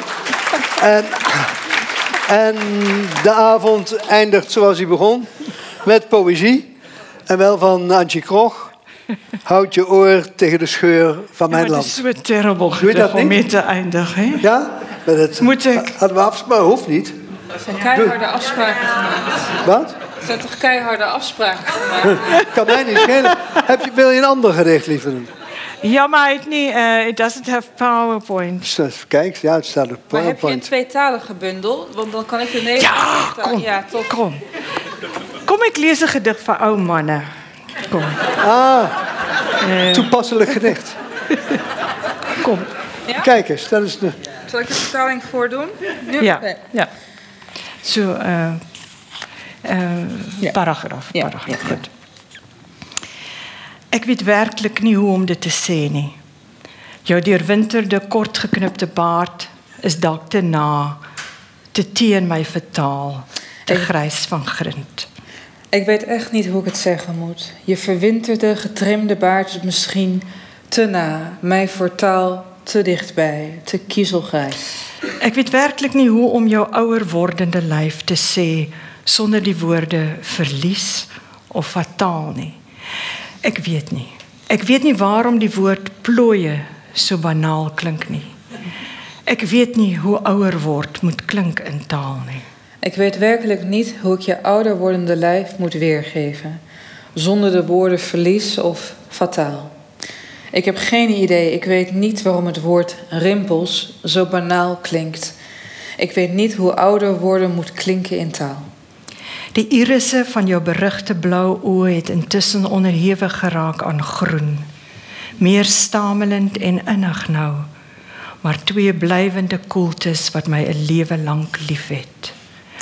En de avond eindigt zoals hij begon, met poëzie. En wel van Antje Krog. Houd je oor tegen de scheur van mijn land. Het is zo terrible gedicht om mee te eindigen. Hè? Ja? Maar dat hadden we afgesproken, hoeft niet. Er zijn keiharde afspraken gemaakt. Wat? Er zijn toch keiharde afspraken gemaakt? Kan mij niet schelen. Wil je een ander gedicht liever doen? Ja, maar het niet. It doesn't have PowerPoint. Kijk, ja, het staat op PowerPoint. Maar heb je een tweetalige bundel? Want dan kan ik de Nederlandse taal... Ja, toch. Kom, ik lees een gedicht van oude mannen. Kom. Toepasselijk gedicht. Kom. Ja? Kijk eens, dat is de... Zal ik de vertaling voordoen? Nu? Ja. Nee. Ja. Zo, paragraaf. Ja. Paragraaf, goed. Ek weet werklik nie hoe om dit te sê nie. Jou deurwinterde, kortgeknipte baard is dalk te na, te teen my vertaal, te grys van grind. Ik weet echt niet hoe ik het zeggen moet. Je verwinterde, getrimde baard is misschien te na, mij voor taal te dichtbij, te kiezelgrijs. Ek weet werklik nie hoe om jou ouer wordende lyf te sê sonder die woorde verlies of fataal nie. Ek weet nie waarom die woord plooie so banaal klink nie. Ek weet nie hoe ouer word moet klink in taal nie. Ik weet werkelijk niet hoe ik je ouder wordende lijf moet weergeven, zonder de woorden verlies of fataal. Ik heb geen idee, ik weet niet waarom het woord rimpels zo banaal klinkt. Ik weet niet hoe ouder worden moet klinken in taal. Die irisse van jou berigte blou oë het intussen onderhewig geraak aan groen. Meer stamelend en innig nou, maar twee blywende koeltes wat my 'n lewe lank liefhet.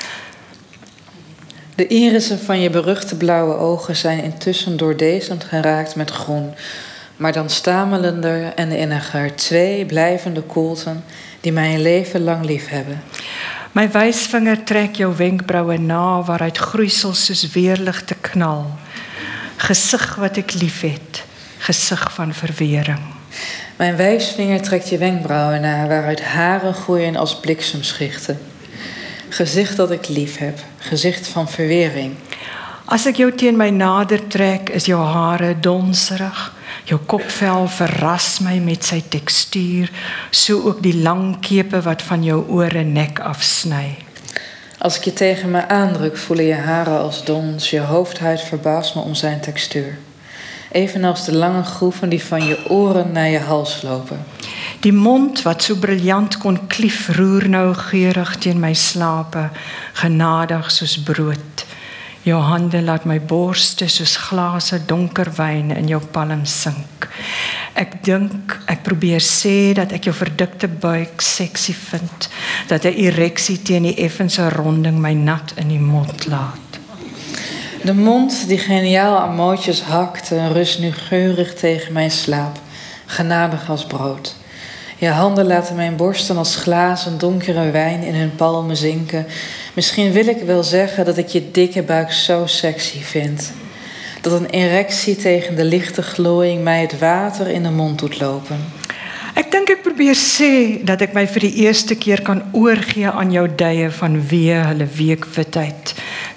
De irissen van je beruchte blauwe ogen zijn intussen doordezend geraakt met groen, maar dan stamelender en inniger, twee blijvende koelten die mij een leven lang lief hebben. My wysvinger trek jou wenkbroue na waaruit groeisels soos weerligte knal. Gesig wat ek liefhet, gesig van verwering. Mijn wijsvinger trekt je wenkbrauwen na waaruit haren groeien als bliksemschichten. Gezicht dat ik lief heb, gezicht van verwering. As ek jou teen my nader trek, is jou hare donserig. Jou kopvel verras my met sy tekstuur, so ook die lang kepe wat van jou ore nek afsny. Als ik je tegen me aandruk, voelen je haren als dons, je hoofdhuid verbaast me om zijn textuur. Evenals de lange groeven die van je oren naar je hals lopen. Die mond wat so briljant kon klief, roer nou geurig teen my slape, genadig soos brood. Jou hande laat my borste soos glase donker wyn in jou palm sink. Ek dink, ek probeer sê dat ek jou verdikte buik sexy vind, dat 'n ereksie teen die effense ronding my nat in die mond laat. De mond die geniaal aan mootjes hakte, rust nu geurig tegen mijn slaap, genadig als brood. Je handen laten mijn borsten als glazen donkere wijn in hun palmen zinken. Misschien wil ik wel zeggen dat ik je dikke buik zo sexy vind. Dat een erectie tegen de lichte glooiing mij het water in de mond doet lopen. Ek dink ek probeer sê dat ek my vir die eerste keer kan oorgee aan jou duie van hulle weekwitheid.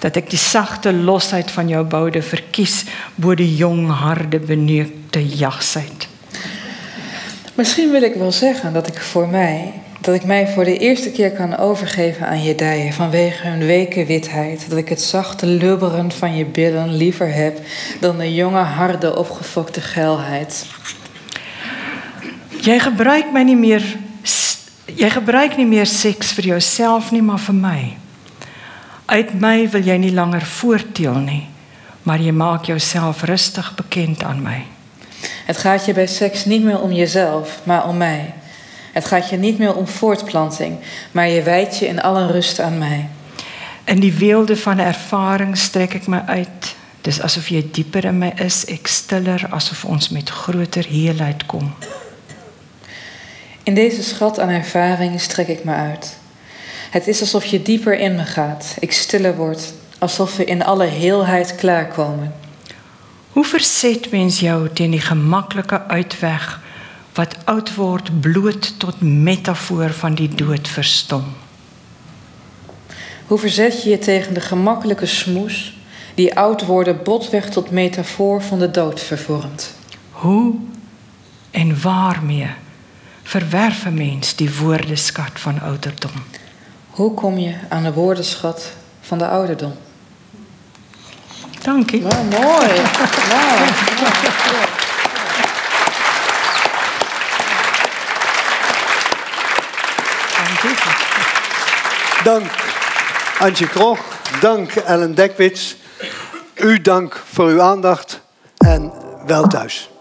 dat ek die sagte losheid van jou boude verkies bo die jong, harde, beneukte jagsheid. Misschien wil ik wel zeggen dat ik mij voor de eerste keer kan overgeven aan je dijen vanwege hun weke witheid. Dat ik het zachte lubberen van je billen liever heb dan de jonge, harde, opgefokte geilheid. Jy gebruik nie meer seks vir jouself nie, maar vir my. Uit my wil jy nie langer voorteel nie, maar jy maak jouself rustig bekend aan my. Het gaat je bij seks niet meer om jezelf, maar om mij. Het gaat je niet meer om voortplanting, maar je wijdt je in alle rust aan mij. In die weelde van ervaring strek ek my uit. Dis asof jy dieper in my is, ek stiller, asof ons met groter heelheid kom. In deze schat aan ervaring strek ik me uit. Het is alsof je dieper in me gaat, ik stiller word, alsof we in alle heelheid klaarkomen. Hoe verzet mens jou teen die gemaklike uitweg wat oud word bloot tot metafoor van die dood verstom? Hoe verzet je je tegen de gemakkelijke smoes die oud worden botweg tot metafoor van de dood vervormt? Hoe en waarmee verwerf 'n mens die woordeskat van ouderdom? Hoe kom je aan de woordenschat van de ouderdom? Dankie. Nou, mooi. Nou. Dank Antje Krog, dank Ellen Dekwits. U dank voor uw aandacht en wel thuis.